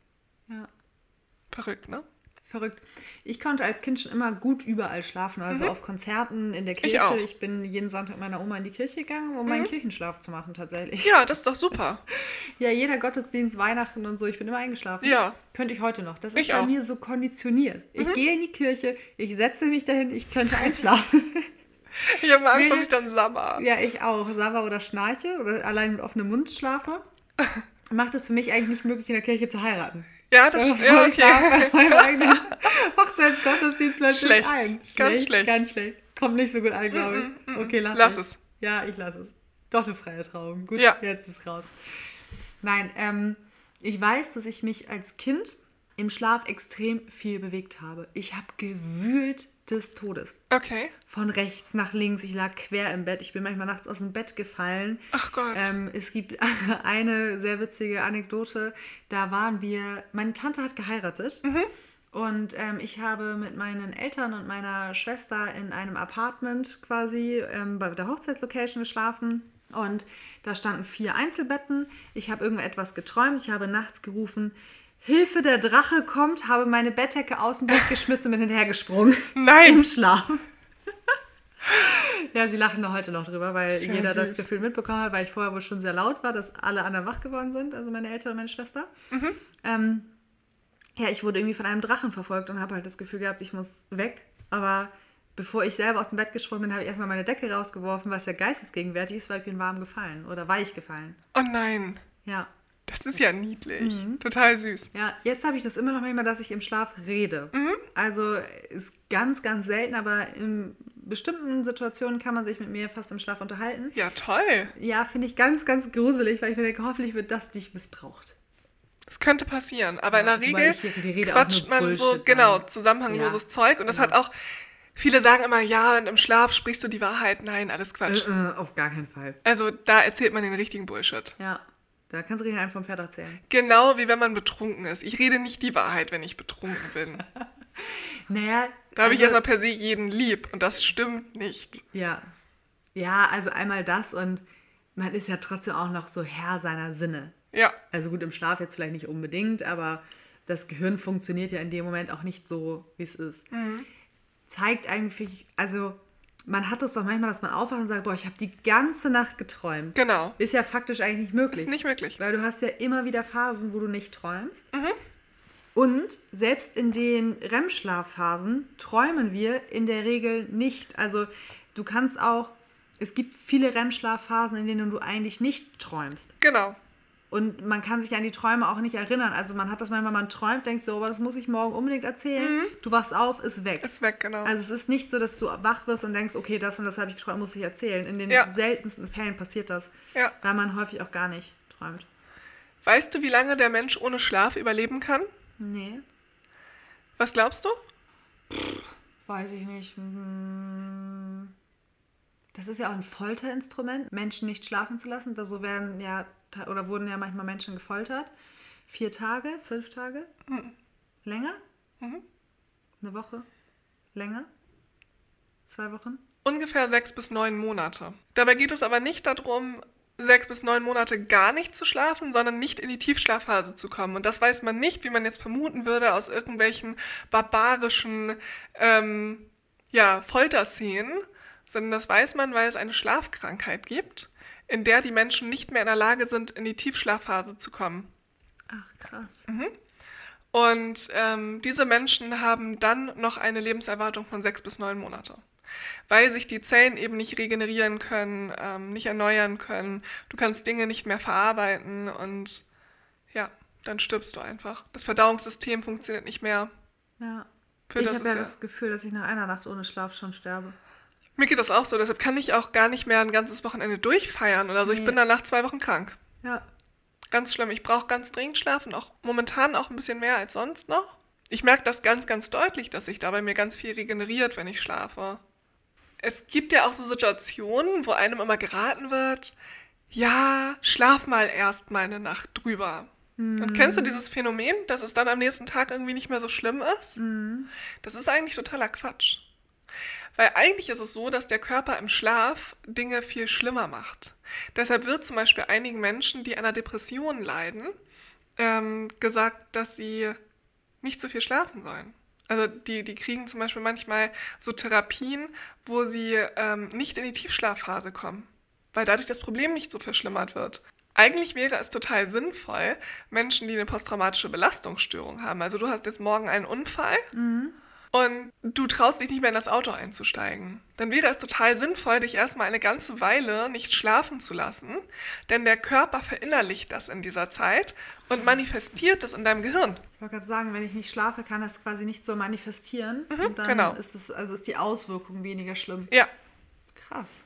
Ja. Verrückt, ne? Verrückt. Ich konnte als Kind schon immer gut überall schlafen, also mhm. auf Konzerten, in der Kirche. Ich auch. Ich bin jeden Sonntag mit meiner Oma in die Kirche gegangen, um mhm. meinen Kirchenschlaf zu machen tatsächlich. Ja, das ist doch super. Ja, jeder Gottesdienst, Weihnachten und so, ich bin immer eingeschlafen. Ja. Könnte ich heute noch. Das ist ich bei auch. mir so konditioniert. Ich Mhm. gehe in die Kirche, ich setze mich dahin, ich könnte einschlafen. Ich habe Angst, dass ich dann sabber. Ja, ich auch. Sabber oder schnarche oder allein mit offenem Mund schlafe. Macht es für mich eigentlich nicht möglich, in der Kirche zu heiraten. Ja, das stimmt. Ja, ich schlafe bei meinem eigenen Hochzeitsgottesdienst plötzlich schlecht. ein. Schlecht, Ganz schlecht. Ganz schlecht. Kommt nicht so gut an, glaube ich. Mm, mm, mm. Okay, lass, lass es. es. Ja, ich lasse es. Doch eine freie Trauung. Gut, ja. Jetzt ist es raus. Nein, ähm, ich weiß, dass ich mich als Kind im Schlaf extrem viel bewegt habe. Ich habe gewühlt des Todes. Okay. Von rechts nach links. Ich lag quer im Bett. Ich bin manchmal nachts aus dem Bett gefallen. Ach Gott. Ähm, es gibt eine sehr witzige Anekdote. Da waren wir, meine Tante hat geheiratet. Mhm. Und ähm, ich habe mit meinen Eltern und meiner Schwester in einem Apartment quasi ähm, bei der Hochzeitslocation geschlafen. Und da standen vier Einzelbetten. Ich habe irgendetwas geträumt. Ich habe nachts gerufen, Hilfe, der Drache kommt, habe meine Bettdecke aus dem Bett geschmissen und bin hinterhergesprungen. Nein! Im Schlaf. Ja, sie lachen da heute noch drüber, weil Sehr jeder süß. das Gefühl mitbekommen hat, weil ich vorher wohl schon sehr laut war, dass alle anderen wach geworden sind, also meine Eltern und meine Schwester. Mhm. Ähm, ja, ich wurde irgendwie von einem Drachen verfolgt und habe halt das Gefühl gehabt, ich muss weg. Aber bevor ich selber aus dem Bett gesprungen bin, habe ich erstmal meine Decke rausgeworfen, was ja geistesgegenwärtig ist, weil ich bin warm gefallen oder weich gefallen. Oh nein. Ja. Das ist ja niedlich. Total süß. Ja, jetzt habe ich das immer noch manchmal, dass ich im Schlaf rede. Also ist ganz, ganz selten, aber in bestimmten Situationen kann man sich mit mir fast im Schlaf unterhalten. Ja, toll. Ja, finde ich ganz, ganz gruselig, weil ich mir denke, hoffentlich wird das nicht missbraucht. Das könnte passieren, aber in Ja, der wobei Regel ich hier- die Rede auch quatscht nur man so, Bullshit genau, dann. zusammenhangloses Ja, Zeug. Und das genau. hat auch, viele sagen immer, ja, und im Schlaf sprichst du die Wahrheit. Nein, alles Quatsch. Äh, äh, auf gar keinen Fall. Also da erzählt man den richtigen Bullshit. Ja, da kannst du dir einen vom Pferd erzählen. Genau wie wenn man betrunken ist. Ich rede nicht die Wahrheit, wenn ich betrunken bin. Naja, Da habe ich also- erstmal per se jeden lieb und das stimmt nicht. Ja. Ja, also einmal das und man ist ja trotzdem auch noch so Herr seiner Sinne. Ja, Also gut, im Schlaf jetzt vielleicht nicht unbedingt, aber das Gehirn funktioniert ja in dem Moment auch nicht so, wie es ist. Zeigt eigentlich, also man hat es doch manchmal, dass man aufwacht und sagt, boah, ich habe die ganze Nacht geträumt. genau. Ist ja faktisch eigentlich nicht möglich. Ist nicht möglich. Weil du hast ja immer wieder Phasen, wo du nicht träumst. Und selbst in den R E M-Schlafphasen träumen wir in der Regel nicht. Also du kannst auch, es gibt viele R E M-Schlafphasen, in denen du eigentlich nicht träumst. Genau. Und man kann sich an die Träume auch nicht erinnern. Also man hat das manchmal, man träumt, denkst so, aber das muss ich morgen unbedingt erzählen. Du wachst auf, ist weg. Ist weg, genau. Also es ist nicht so, dass du wach wirst und denkst, okay, das und das habe ich geträumt, muss ich erzählen. In den Ja. seltensten Fällen passiert das, Ja. weil man häufig auch gar nicht träumt. Weißt du, wie lange der Mensch ohne Schlaf überleben kann? Nee, Was glaubst du? weiß ich nicht. Hm. Das ist ja auch ein Folterinstrument, Menschen nicht schlafen zu lassen. Da so werden ja, oder wurden ja manchmal Menschen gefoltert. Vier Tage, fünf Tage? Länger? Eine Woche? Länger? Zwei Wochen? Ungefähr sechs bis neun Monate. Dabei geht es aber nicht darum, sechs bis neun Monate gar nicht zu schlafen, sondern nicht in die Tiefschlafphase zu kommen. Und das weiß man nicht, wie man jetzt vermuten würde, aus irgendwelchen barbarischen ähm, ja, Folterszenen, sondern das weiß man, weil es eine Schlafkrankheit gibt, in der die Menschen nicht mehr in der Lage sind, in die Tiefschlafphase zu kommen. Ach, krass. Und ähm, diese Menschen haben dann noch eine Lebenserwartung von sechs bis neun Monate. Weil sich die Zellen eben nicht regenerieren können, ähm, nicht erneuern können. Du kannst Dinge nicht mehr verarbeiten und ja, dann stirbst du einfach. Das Verdauungssystem funktioniert nicht mehr. Ja. Für ich das habe ist ja ja- das Gefühl, dass ich nach einer Nacht ohne Schlaf schon sterbe. Mir geht das auch so, deshalb kann ich auch gar nicht mehr ein ganzes Wochenende durchfeiern oder so. Ich Nee. bin danach zwei Wochen krank. Ja. Ganz schlimm. Ich brauche ganz dringend Schlaf und auch momentan auch ein bisschen mehr als sonst noch. Ich merke das ganz, ganz deutlich, dass sich da bei mir ganz viel regeneriert, wenn ich schlafe. Es gibt ja auch so Situationen, wo einem immer geraten wird, ja, schlaf mal erst mal eine Nacht drüber. Und kennst du dieses Phänomen, dass es dann am nächsten Tag irgendwie nicht mehr so schlimm ist? Das ist eigentlich totaler Quatsch. Weil eigentlich ist es so, dass der Körper im Schlaf Dinge viel schlimmer macht. Deshalb wird zum Beispiel einigen Menschen, die an einer Depression leiden, ähm, gesagt, dass sie nicht so viel schlafen sollen. Also die, die kriegen zum Beispiel manchmal so Therapien, wo sie ähm, nicht in die Tiefschlafphase kommen, weil dadurch das Problem nicht so verschlimmert wird. Eigentlich wäre es total sinnvoll, Menschen, die eine posttraumatische Belastungsstörung haben, also du hast jetzt morgen einen Unfall und du traust dich nicht mehr in das Auto einzusteigen, dann wäre es total sinnvoll, dich erstmal eine ganze Weile nicht schlafen zu lassen, denn der Körper verinnerlicht das in dieser Zeit und manifestiert es in deinem Gehirn. Ich wollte gerade sagen, wenn ich nicht schlafe, kann das quasi nicht so manifestieren. und dann genau. ist es, also ist die Auswirkung weniger schlimm. Ja, Krass.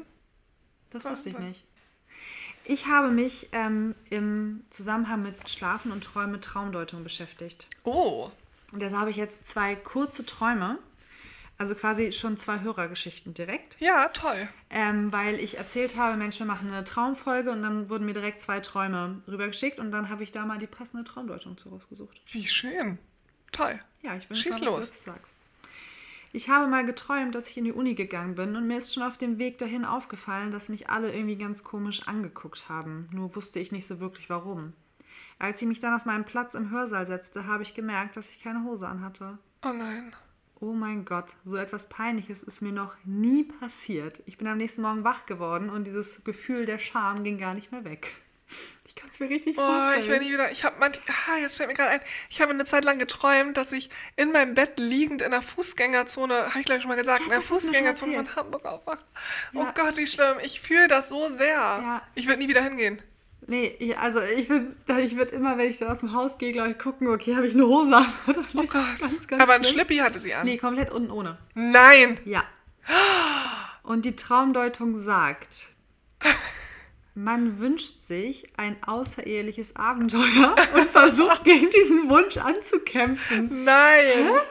Das wusste ich nicht. Ich habe mich ähm, im Zusammenhang mit Schlafen und Träume mit Traumdeutung beschäftigt. oh, Und deshalb habe ich jetzt zwei kurze Träume, also quasi schon zwei Hörergeschichten direkt. ja, toll. Ähm, weil ich erzählt habe, Mensch, wir machen eine Traumfolge und dann wurden mir direkt zwei Träume rübergeschickt und dann habe ich da mal die passende Traumdeutung zu rausgesucht. Wie schön. Toll. Ja, ich bin Schieß gespannt, was los. du dazu sagst. Ich habe mal geträumt, dass ich in die Uni gegangen bin und mir ist schon auf dem Weg dahin aufgefallen, dass mich alle irgendwie ganz komisch angeguckt haben. Nur wusste ich nicht so wirklich warum. Als ich mich dann auf meinen Platz im Hörsaal setzte, habe ich gemerkt, dass ich keine Hose anhatte. Oh nein. Oh mein Gott, so etwas Peinliches ist mir noch nie passiert. Ich bin am nächsten Morgen wach geworden und dieses Gefühl der Scham ging gar nicht mehr weg. Ich kann es mir richtig Oh, vorstellen. ich will nie wieder. Ich habe manch. Ah, jetzt fällt mir gerade ein. Ich habe eine Zeit lang geträumt, dass ich in meinem Bett liegend in der Fußgängerzone, habe ich glaube ich schon mal gesagt, Ja, in der das hast du mir schon Fußgängerzone erzählt. von Hamburg aufwache. Oh Ja. Gott, wie schlimm. Ich fühle das so sehr. Ja. Ich würde nie wieder hingehen. Nee, ich, also ich würde ich würd immer, wenn ich dann aus dem Haus gehe, glaube ich, gucken, okay, habe ich eine Hose an oder nicht. Oh Gott. Ganz, ganz Aber ein schlimm. Schlippi hatte sie an. Nee, komplett unten ohne. Nein. Ja. Und die Traumdeutung sagt, man wünscht sich ein außereheliches Abenteuer und versucht gegen diesen Wunsch anzukämpfen. Nein. Hä?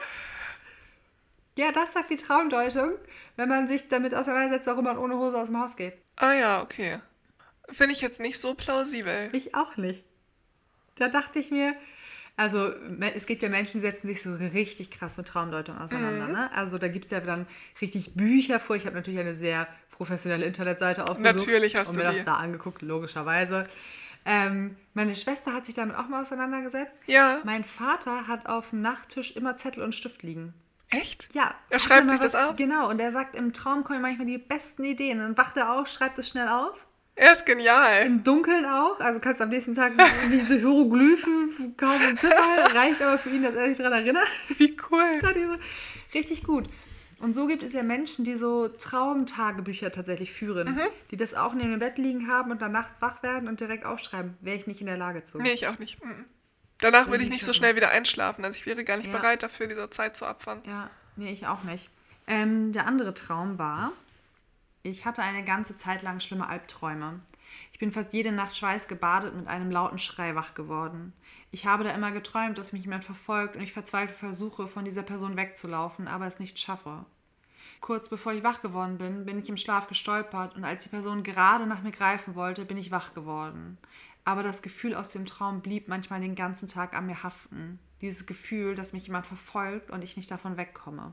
Ja, das sagt die Traumdeutung, wenn man sich damit auseinandersetzt, warum man ohne Hose aus dem Haus geht. Ah ja, okay. Finde ich jetzt nicht so plausibel. Ich auch nicht. Da dachte ich mir, also es gibt ja Menschen, die setzen sich so richtig krass mit Traumdeutung auseinander. Mhm. Ne? Also da gibt es ja dann richtig Bücher vor. Ich habe natürlich eine sehr professionelle Internetseite aufgesucht. Natürlich hast und du mir die. das da angeguckt, logischerweise. Ähm, meine Schwester hat sich damit auch mal auseinandergesetzt. Ja. Mein Vater hat auf dem Nachttisch immer Zettel und Stift liegen. Echt? Ja. Er schreibt sich das auf? Genau, und er sagt, im Traum kommen manchmal die besten Ideen. Dann wacht er auf, schreibt es schnell auf. Er ist genial. Im Dunkeln auch, also kannst du am nächsten Tag diese Hieroglyphen kaum entziffern, reicht aber für ihn, dass er sich daran erinnert. Wie cool. Richtig gut. Und so gibt es ja Menschen, die so Traumtagebücher tatsächlich führen, mhm. die das auch neben dem Bett liegen haben und dann nachts wach werden und direkt aufschreiben. Wäre ich nicht in der Lage zu. Nee, ich auch nicht. Danach würde ich nicht so schnell wieder einschlafen. Also ich wäre gar nicht ja. bereit dafür, diese Zeit zu opfern. Ja, nee, ich auch nicht. Ähm, der andere Traum war, ich hatte eine ganze Zeit lang schlimme Albträume. Ich bin fast jede Nacht schweißgebadet mit einem lauten Schrei wach geworden. Ich habe da immer geträumt, dass mich jemand verfolgt und ich verzweifelt versuche, von dieser Person wegzulaufen, aber es nicht schaffe. Kurz bevor ich wach geworden bin, bin ich im Schlaf gestolpert und als die Person gerade nach mir greifen wollte, bin ich wach geworden. Aber das Gefühl aus dem Traum blieb manchmal den ganzen Tag an mir haften. Dieses Gefühl, dass mich jemand verfolgt und ich nicht davon wegkomme.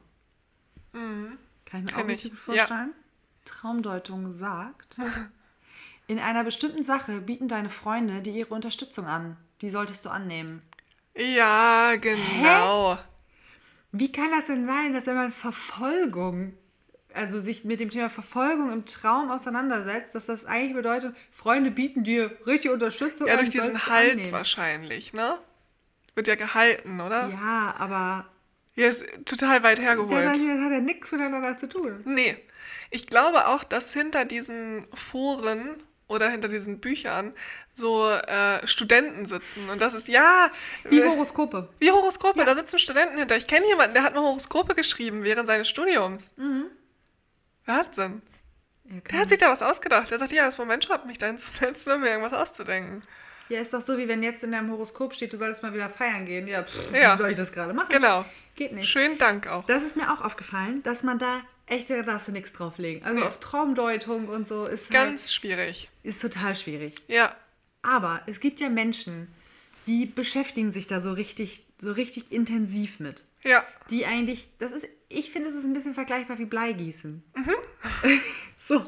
Mhm. Kann ich mir Kenn auch richtig ich. vorstellen? Ja. Traumdeutung sagt, in einer bestimmten Sache bieten deine Freunde dir ihre Unterstützung an. Die solltest du annehmen. Ja, genau. Hä? Wie kann das denn sein, dass wenn man Verfolgung, also sich mit dem Thema Verfolgung im Traum auseinandersetzt, dass das eigentlich bedeutet, Freunde bieten dir richtig Unterstützung an? Ja, an, durch diesen Halt annehmen. Wahrscheinlich, ne? Wird ja gehalten, oder? Ja, aber... Ja, ist total weit hergeholt. Das hat ja nichts miteinander zu tun. Nee. Ich glaube auch, dass hinter diesen Foren oder hinter diesen Büchern so äh, Studenten sitzen. Und das ist, ja... Wie Horoskope. Wie Horoskope, ja. Da sitzen Studenten hinter. Ich kenne jemanden, der hat mal Horoskope geschrieben während seines Studiums. Mhm. Wahnsinn. Ja, der hat sich da was ausgedacht. Der sagt, ja, das Moment schreibt mich da hinzusetzen, um mir irgendwas auszudenken. Ja, ist doch so, wie wenn jetzt in deinem Horoskop steht, du solltest mal wieder feiern gehen. Ja, pff, ja. wie soll ich das gerade machen? Genau. Geht nicht. Schönen Dank auch. Das ist mir auch aufgefallen, dass man da echt, da darfst du nichts drauflegen. Also nee. auf Traumdeutung und so ist ganz halt, schwierig. Ist total schwierig. Ja. Aber es gibt ja Menschen, die beschäftigen sich da so richtig, so richtig intensiv mit. Ja. Die eigentlich, das ist, ich finde, es ist ein bisschen vergleichbar wie Bleigießen. Mhm. So.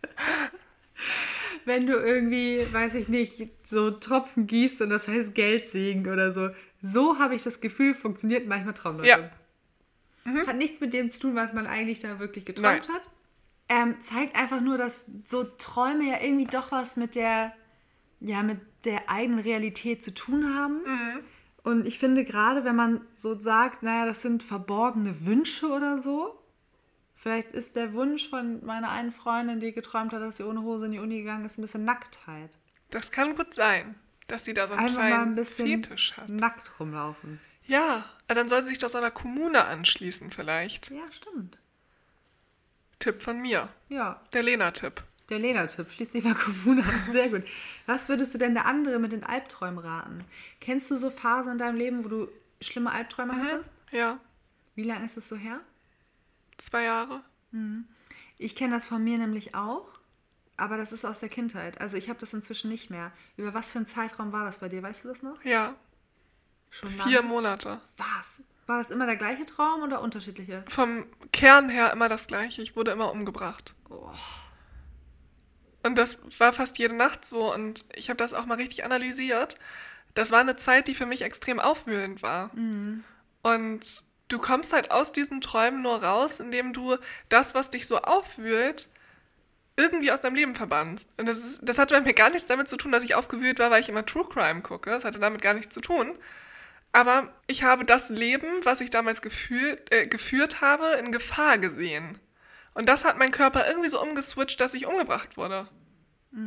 Wenn du irgendwie, weiß ich nicht, so Tropfen gießt und das heißt Geldsegen oder so. So habe ich das Gefühl, funktioniert manchmal Traumdeutung. Ja. Mhm. Hat nichts mit dem zu tun, was man eigentlich da wirklich geträumt Nein. hat. Ähm, zeigt einfach nur, dass so Träume ja irgendwie doch was mit der, ja, mit der eigenen Realität zu tun haben. Mhm. Und ich finde gerade, wenn man so sagt, naja, das sind verborgene Wünsche oder so, vielleicht ist der Wunsch von meiner einen Freundin, die geträumt hat, dass sie ohne Hose in die Uni gegangen ist, ein bisschen Nacktheit. Das kann gut sein, dass sie da so einen Einfach kleinen mal ein bisschen Fetisch hat. Nackt rumlaufen. Ja, dann soll sie sich doch so einer Kommune anschließen vielleicht. Ja, stimmt. Tipp von mir. Ja. Der Lena-Tipp. Der Lena-Tipp, schließt sich der Kommune an. Sehr gut. Was würdest du denn der andere mit den Albträumen raten? Kennst du so Phasen in deinem Leben, wo du schlimme Albträume mhm. hattest? Ja. Wie lange ist es so her? Zwei Jahre. Mhm. Ich kenne das von mir nämlich auch, aber das ist aus der Kindheit. Also ich habe das inzwischen nicht mehr. Über was für einen Zeitraum war das bei dir? Weißt du das noch? Ja. Schon Vier lange? Monate. Was? War das immer der gleiche Traum oder unterschiedliche? Vom Kern her immer das Gleiche. Ich wurde immer umgebracht. Oh. Und das war fast jede Nacht so. Und ich habe das auch mal richtig analysiert. Das war eine Zeit, die für mich extrem aufwühlend war. Mhm. Und du kommst halt aus diesen Träumen nur raus, indem du das, was dich so aufwühlt, irgendwie aus deinem Leben verbannst. Und das, ist, das hatte bei mir gar nichts damit zu tun, dass ich aufgewühlt war, weil ich immer True Crime gucke. Das hatte damit gar nichts zu tun. Aber ich habe das Leben, was ich damals gefühlt, äh, geführt habe, in Gefahr gesehen. Und das hat mein Körper irgendwie so umgeswitcht, dass ich umgebracht wurde. Mhm.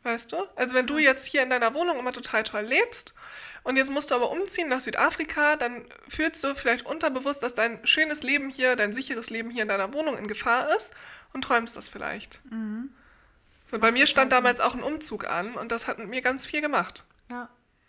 Weißt du? Also wenn du jetzt hier in deiner Wohnung immer total toll lebst und jetzt musst du aber umziehen nach Südafrika, dann fühlst du vielleicht unterbewusst, dass dein schönes Leben hier, dein sicheres Leben hier in deiner Wohnung in Gefahr ist und träumst das vielleicht. Mhm. Und bei mir stand damals auch ein Umzug an und das hat mit mir ganz viel gemacht. Ja.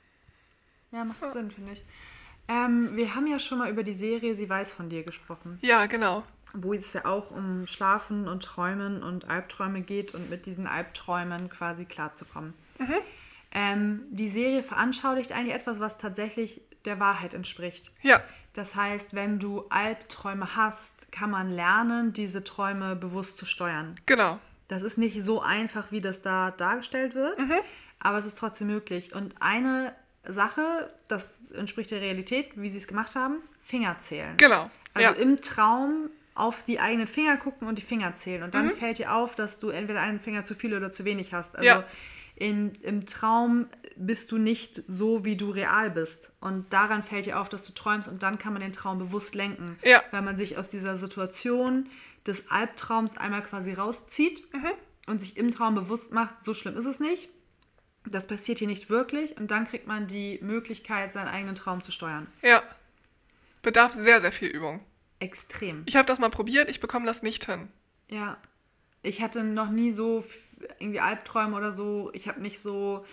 Ja, macht ja. Sinn, finde ich. Ähm, wir haben ja schon mal über die Serie Sie weiß von dir gesprochen. Ja, genau. Wo es ja auch um Schlafen und Träumen und Albträume geht und mit diesen Albträumen quasi klarzukommen. Mhm. Ähm, die Serie veranschaulicht eigentlich etwas, was tatsächlich der Wahrheit entspricht. Ja. Das heißt, wenn du Albträume hast, kann man lernen, diese Träume bewusst zu steuern. Genau. Das ist nicht so einfach, wie das da dargestellt wird, mhm. aber es ist trotzdem möglich. Und eine Sache, das entspricht der Realität, wie sie es gemacht haben, Finger zählen. Genau. Also ja. im Traum auf die eigenen Finger gucken und die Finger zählen. Und dann mhm. fällt dir auf, dass du entweder einen Finger zu viel oder zu wenig hast. Also ja. in, im Traum bist du nicht so, wie du real bist. Und daran fällt dir auf, dass du träumst und dann kann man den Traum bewusst lenken. Ja. Weil man sich aus dieser Situation des Albtraums einmal quasi rauszieht mhm. und sich im Traum bewusst macht, so schlimm ist es nicht. Das passiert hier nicht wirklich. Und dann kriegt man die Möglichkeit, seinen eigenen Traum zu steuern. Ja. Bedarf sehr, sehr viel Übung. Extrem. Ich habe das mal probiert, ich bekomme das nicht hin. Ja. Ich hatte noch nie so irgendwie Albträume oder so. Ich habe nicht so...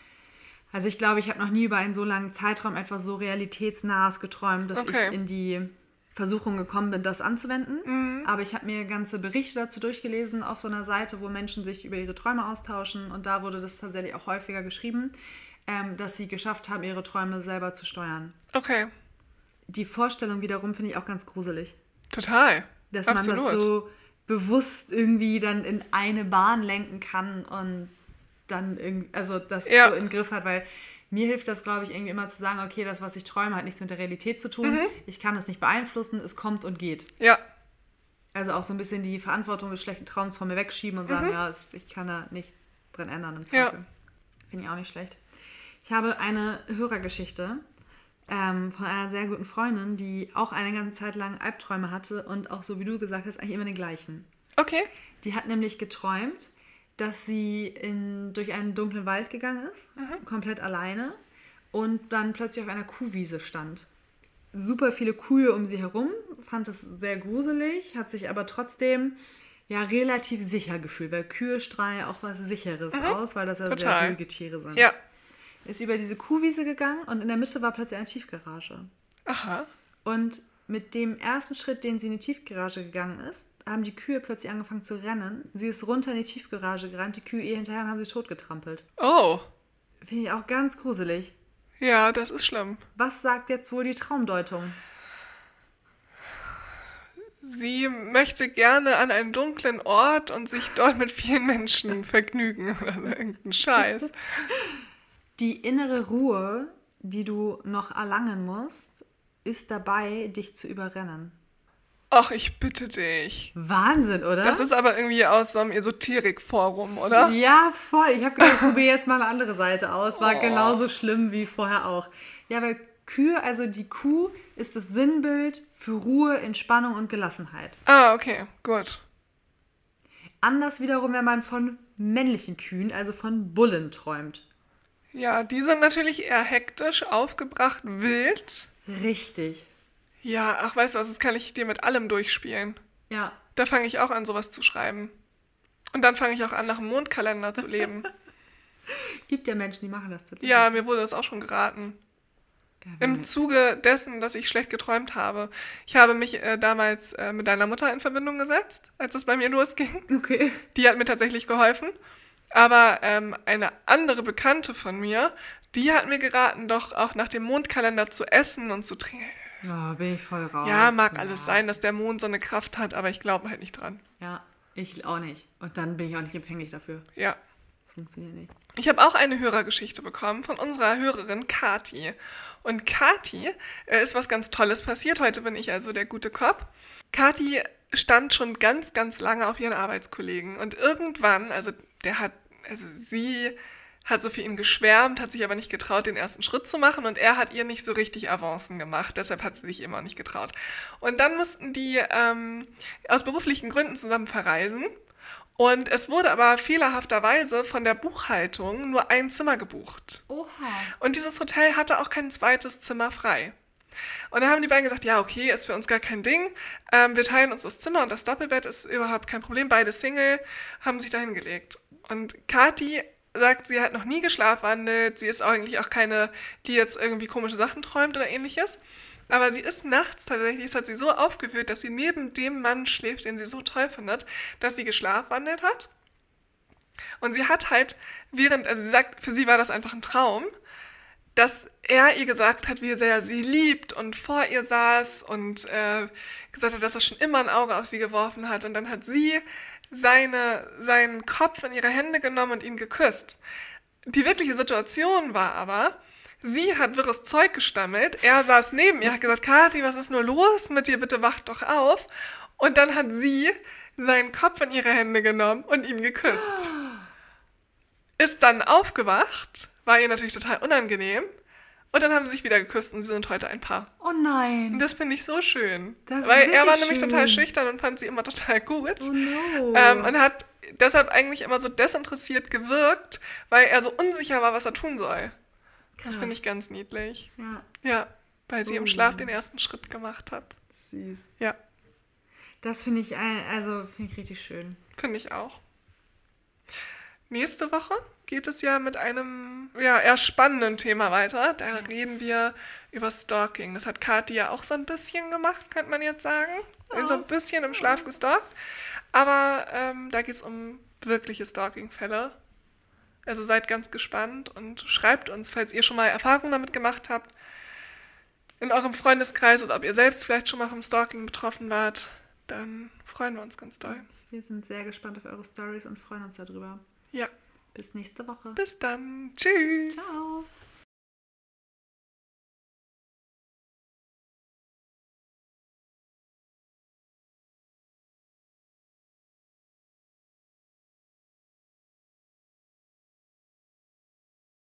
Also ich glaube, ich habe noch nie über einen so langen Zeitraum etwas so realitätsnahes geträumt, dass okay. ich in die Versuchung gekommen bin, das anzuwenden. Mhm. Aber ich habe mir ganze Berichte dazu durchgelesen auf so einer Seite, wo Menschen sich über ihre Träume austauschen. Und da wurde das tatsächlich auch häufiger geschrieben, ähm, dass sie geschafft haben, ihre Träume selber zu steuern. Okay. Die Vorstellung wiederum finde ich auch ganz gruselig. Total. Dass Absolut. man das so bewusst irgendwie dann in eine Bahn lenken kann und dann irgendwie, also das ja. so in den Griff hat, weil mir hilft das, glaube ich, irgendwie immer zu sagen, okay, das, was ich träume, hat nichts mit der Realität zu tun. Mhm. Ich kann es nicht beeinflussen, es kommt und geht. Ja. Also auch so ein bisschen die Verantwortung des schlechten Traums von mir wegschieben und sagen, mhm. ja, es, ich kann da nichts drin ändern im Zweifel. Ja. Finde ich auch nicht schlecht. Ich habe eine Hörergeschichte ähm, von einer sehr guten Freundin, die auch eine ganze Zeit lang Albträume hatte und auch, so wie du gesagt hast, eigentlich immer den gleichen. Okay. Die hat nämlich geträumt, dass sie in, durch einen dunklen Wald gegangen ist, mhm. komplett alleine, und dann plötzlich auf einer Kuhwiese stand. Super viele Kühe um sie herum, fand es sehr gruselig, hat sich aber trotzdem ja relativ sicher gefühlt, weil Kühe strahlen ja auch was Sicheres mhm. aus, weil das ja Total. sehr ruhige Tiere sind. Ja. Ist über diese Kuhwiese gegangen und in der Mitte war plötzlich eine Tiefgarage. Aha. Und mit dem ersten Schritt, den sie in die Tiefgarage gegangen ist, haben die Kühe plötzlich angefangen zu rennen. Sie ist runter in die Tiefgarage gerannt, die Kühe ihr hinterher und haben sie totgetrampelt. Oh. Finde ich auch ganz gruselig. Ja, das ist schlimm. Was sagt jetzt wohl die Traumdeutung? Sie möchte gerne an einen dunklen Ort und sich dort mit vielen Menschen vergnügen oder so irgendein Scheiß. Die innere Ruhe, die du noch erlangen musst, ist dabei, dich zu überrennen. Ach, ich bitte dich. Wahnsinn, oder? Das ist aber irgendwie aus so einem Esoterik-Forum, oder? Ja, voll. Ich habe gedacht, ich probiere jetzt mal eine andere Seite aus. War oh. genauso schlimm wie vorher auch. Ja, weil Kühe, also die Kuh ist das Sinnbild für Ruhe, Entspannung und Gelassenheit. Ah, okay, gut. Anders wiederum, wenn man von männlichen Kühen, also von Bullen träumt. Ja, die sind natürlich eher hektisch, aufgebracht, wild. Richtig. Ja, ach, weißt du was, das kann ich dir mit allem durchspielen. Ja. Da fange ich auch an, sowas zu schreiben. Und dann fange ich auch an, nach dem Mondkalender zu leben. Gibt ja Menschen, die machen das tatsächlich. Ja, mir wurde das auch schon geraten. Ja, Im Zuge dessen, dass ich schlecht geträumt habe. Ich habe mich äh, damals äh, mit deiner Mutter in Verbindung gesetzt, als es bei mir losging. Okay. Die hat mir tatsächlich geholfen. Aber ähm, eine andere Bekannte von mir, die hat mir geraten, doch auch nach dem Mondkalender zu essen und zu trinken. Oh, bin ich voll raus. Ja, mag ja. alles sein, dass der Mond so eine Kraft hat, aber ich glaube halt nicht dran. Ja, ich auch nicht. Und dann bin ich auch nicht empfänglich dafür. Ja. Funktioniert nicht. Ich habe auch eine Hörergeschichte bekommen von unserer Hörerin Kati. Und Kati äh, ist was ganz Tolles passiert. Heute bin ich also der gute Cop. Kati stand schon ganz, ganz lange auf ihren Arbeitskollegen. Und irgendwann, also der hat, also sie hat so für ihn geschwärmt, hat sich aber nicht getraut, den ersten Schritt zu machen, und er hat ihr nicht so richtig Avancen gemacht, deshalb hat sie sich immer nicht getraut. Und dann mussten die ähm, aus beruflichen Gründen zusammen verreisen, Und es wurde aber fehlerhafterweise von der Buchhaltung nur ein Zimmer gebucht. Oha. Und dieses Hotel hatte auch kein zweites Zimmer frei. Und dann haben die beiden gesagt, ja, okay, ist für uns gar kein Ding. Ähm, wir teilen uns das Zimmer und das Doppelbett ist überhaupt kein Problem. Beide Single, haben sich da hingelegt. Und Kathi sagt, sie hat noch nie geschlafwandelt. Sie ist eigentlich auch keine, die jetzt irgendwie komische Sachen träumt oder ähnliches. Aber sie ist nachts tatsächlich, es hat sie so aufgewühlt, dass sie neben dem Mann schläft, den sie so toll findet, dass sie geschlafwandelt hat. Und sie hat halt während, also sie sagt, für sie war das einfach ein Traum, dass er ihr gesagt hat, wie sehr er sie liebt und vor ihr saß und äh, gesagt hat, dass er schon immer ein Auge auf sie geworfen hat. Und dann hat sie seine, seinen Kopf in ihre Hände genommen und ihn geküsst. Die wirkliche Situation war aber, sie hat wirres Zeug gestammelt, er saß neben ihr, hat gesagt, Kathi, was ist nur los mit dir, bitte wach doch auf. Und dann hat sie seinen Kopf in ihre Hände genommen und ihn geküsst. Ist dann aufgewacht, war ihr natürlich total unangenehm. Und dann haben sie sich wieder geküsst und sie sind heute ein Paar. Oh nein. Und das finde ich so schön. Das ist weil er wirklich war nämlich schön. total schüchtern und fand sie immer total gut. Oh no. Ähm, und hat deshalb eigentlich immer so desinteressiert gewirkt, weil er so unsicher war, was er tun soll. Das Krass. finde ich ganz niedlich. Ja, Ja, weil sie Oh. im Schlaf den ersten Schritt gemacht hat. süß. Ja, Das finde ich, ein- also finde ich richtig schön. finde ich auch. Nächste Woche geht es ja mit einem ja, eher spannenden Thema weiter. Da reden wir über Stalking. Das hat Kathi ja auch so ein bisschen gemacht, könnte man jetzt sagen. So ein bisschen im Schlaf gestalkt. Aber ähm, da geht es um wirkliche Stalking-Fälle. Also seid ganz gespannt und schreibt uns, falls ihr schon mal Erfahrungen damit gemacht habt, in eurem Freundeskreis oder ob ihr selbst vielleicht schon mal vom Stalking betroffen wart. Dann freuen wir uns ganz doll. Wir sind sehr gespannt auf eure Stories und freuen uns darüber. Ja, Bis nächste Woche. bis dann. Tschüss. Ciao.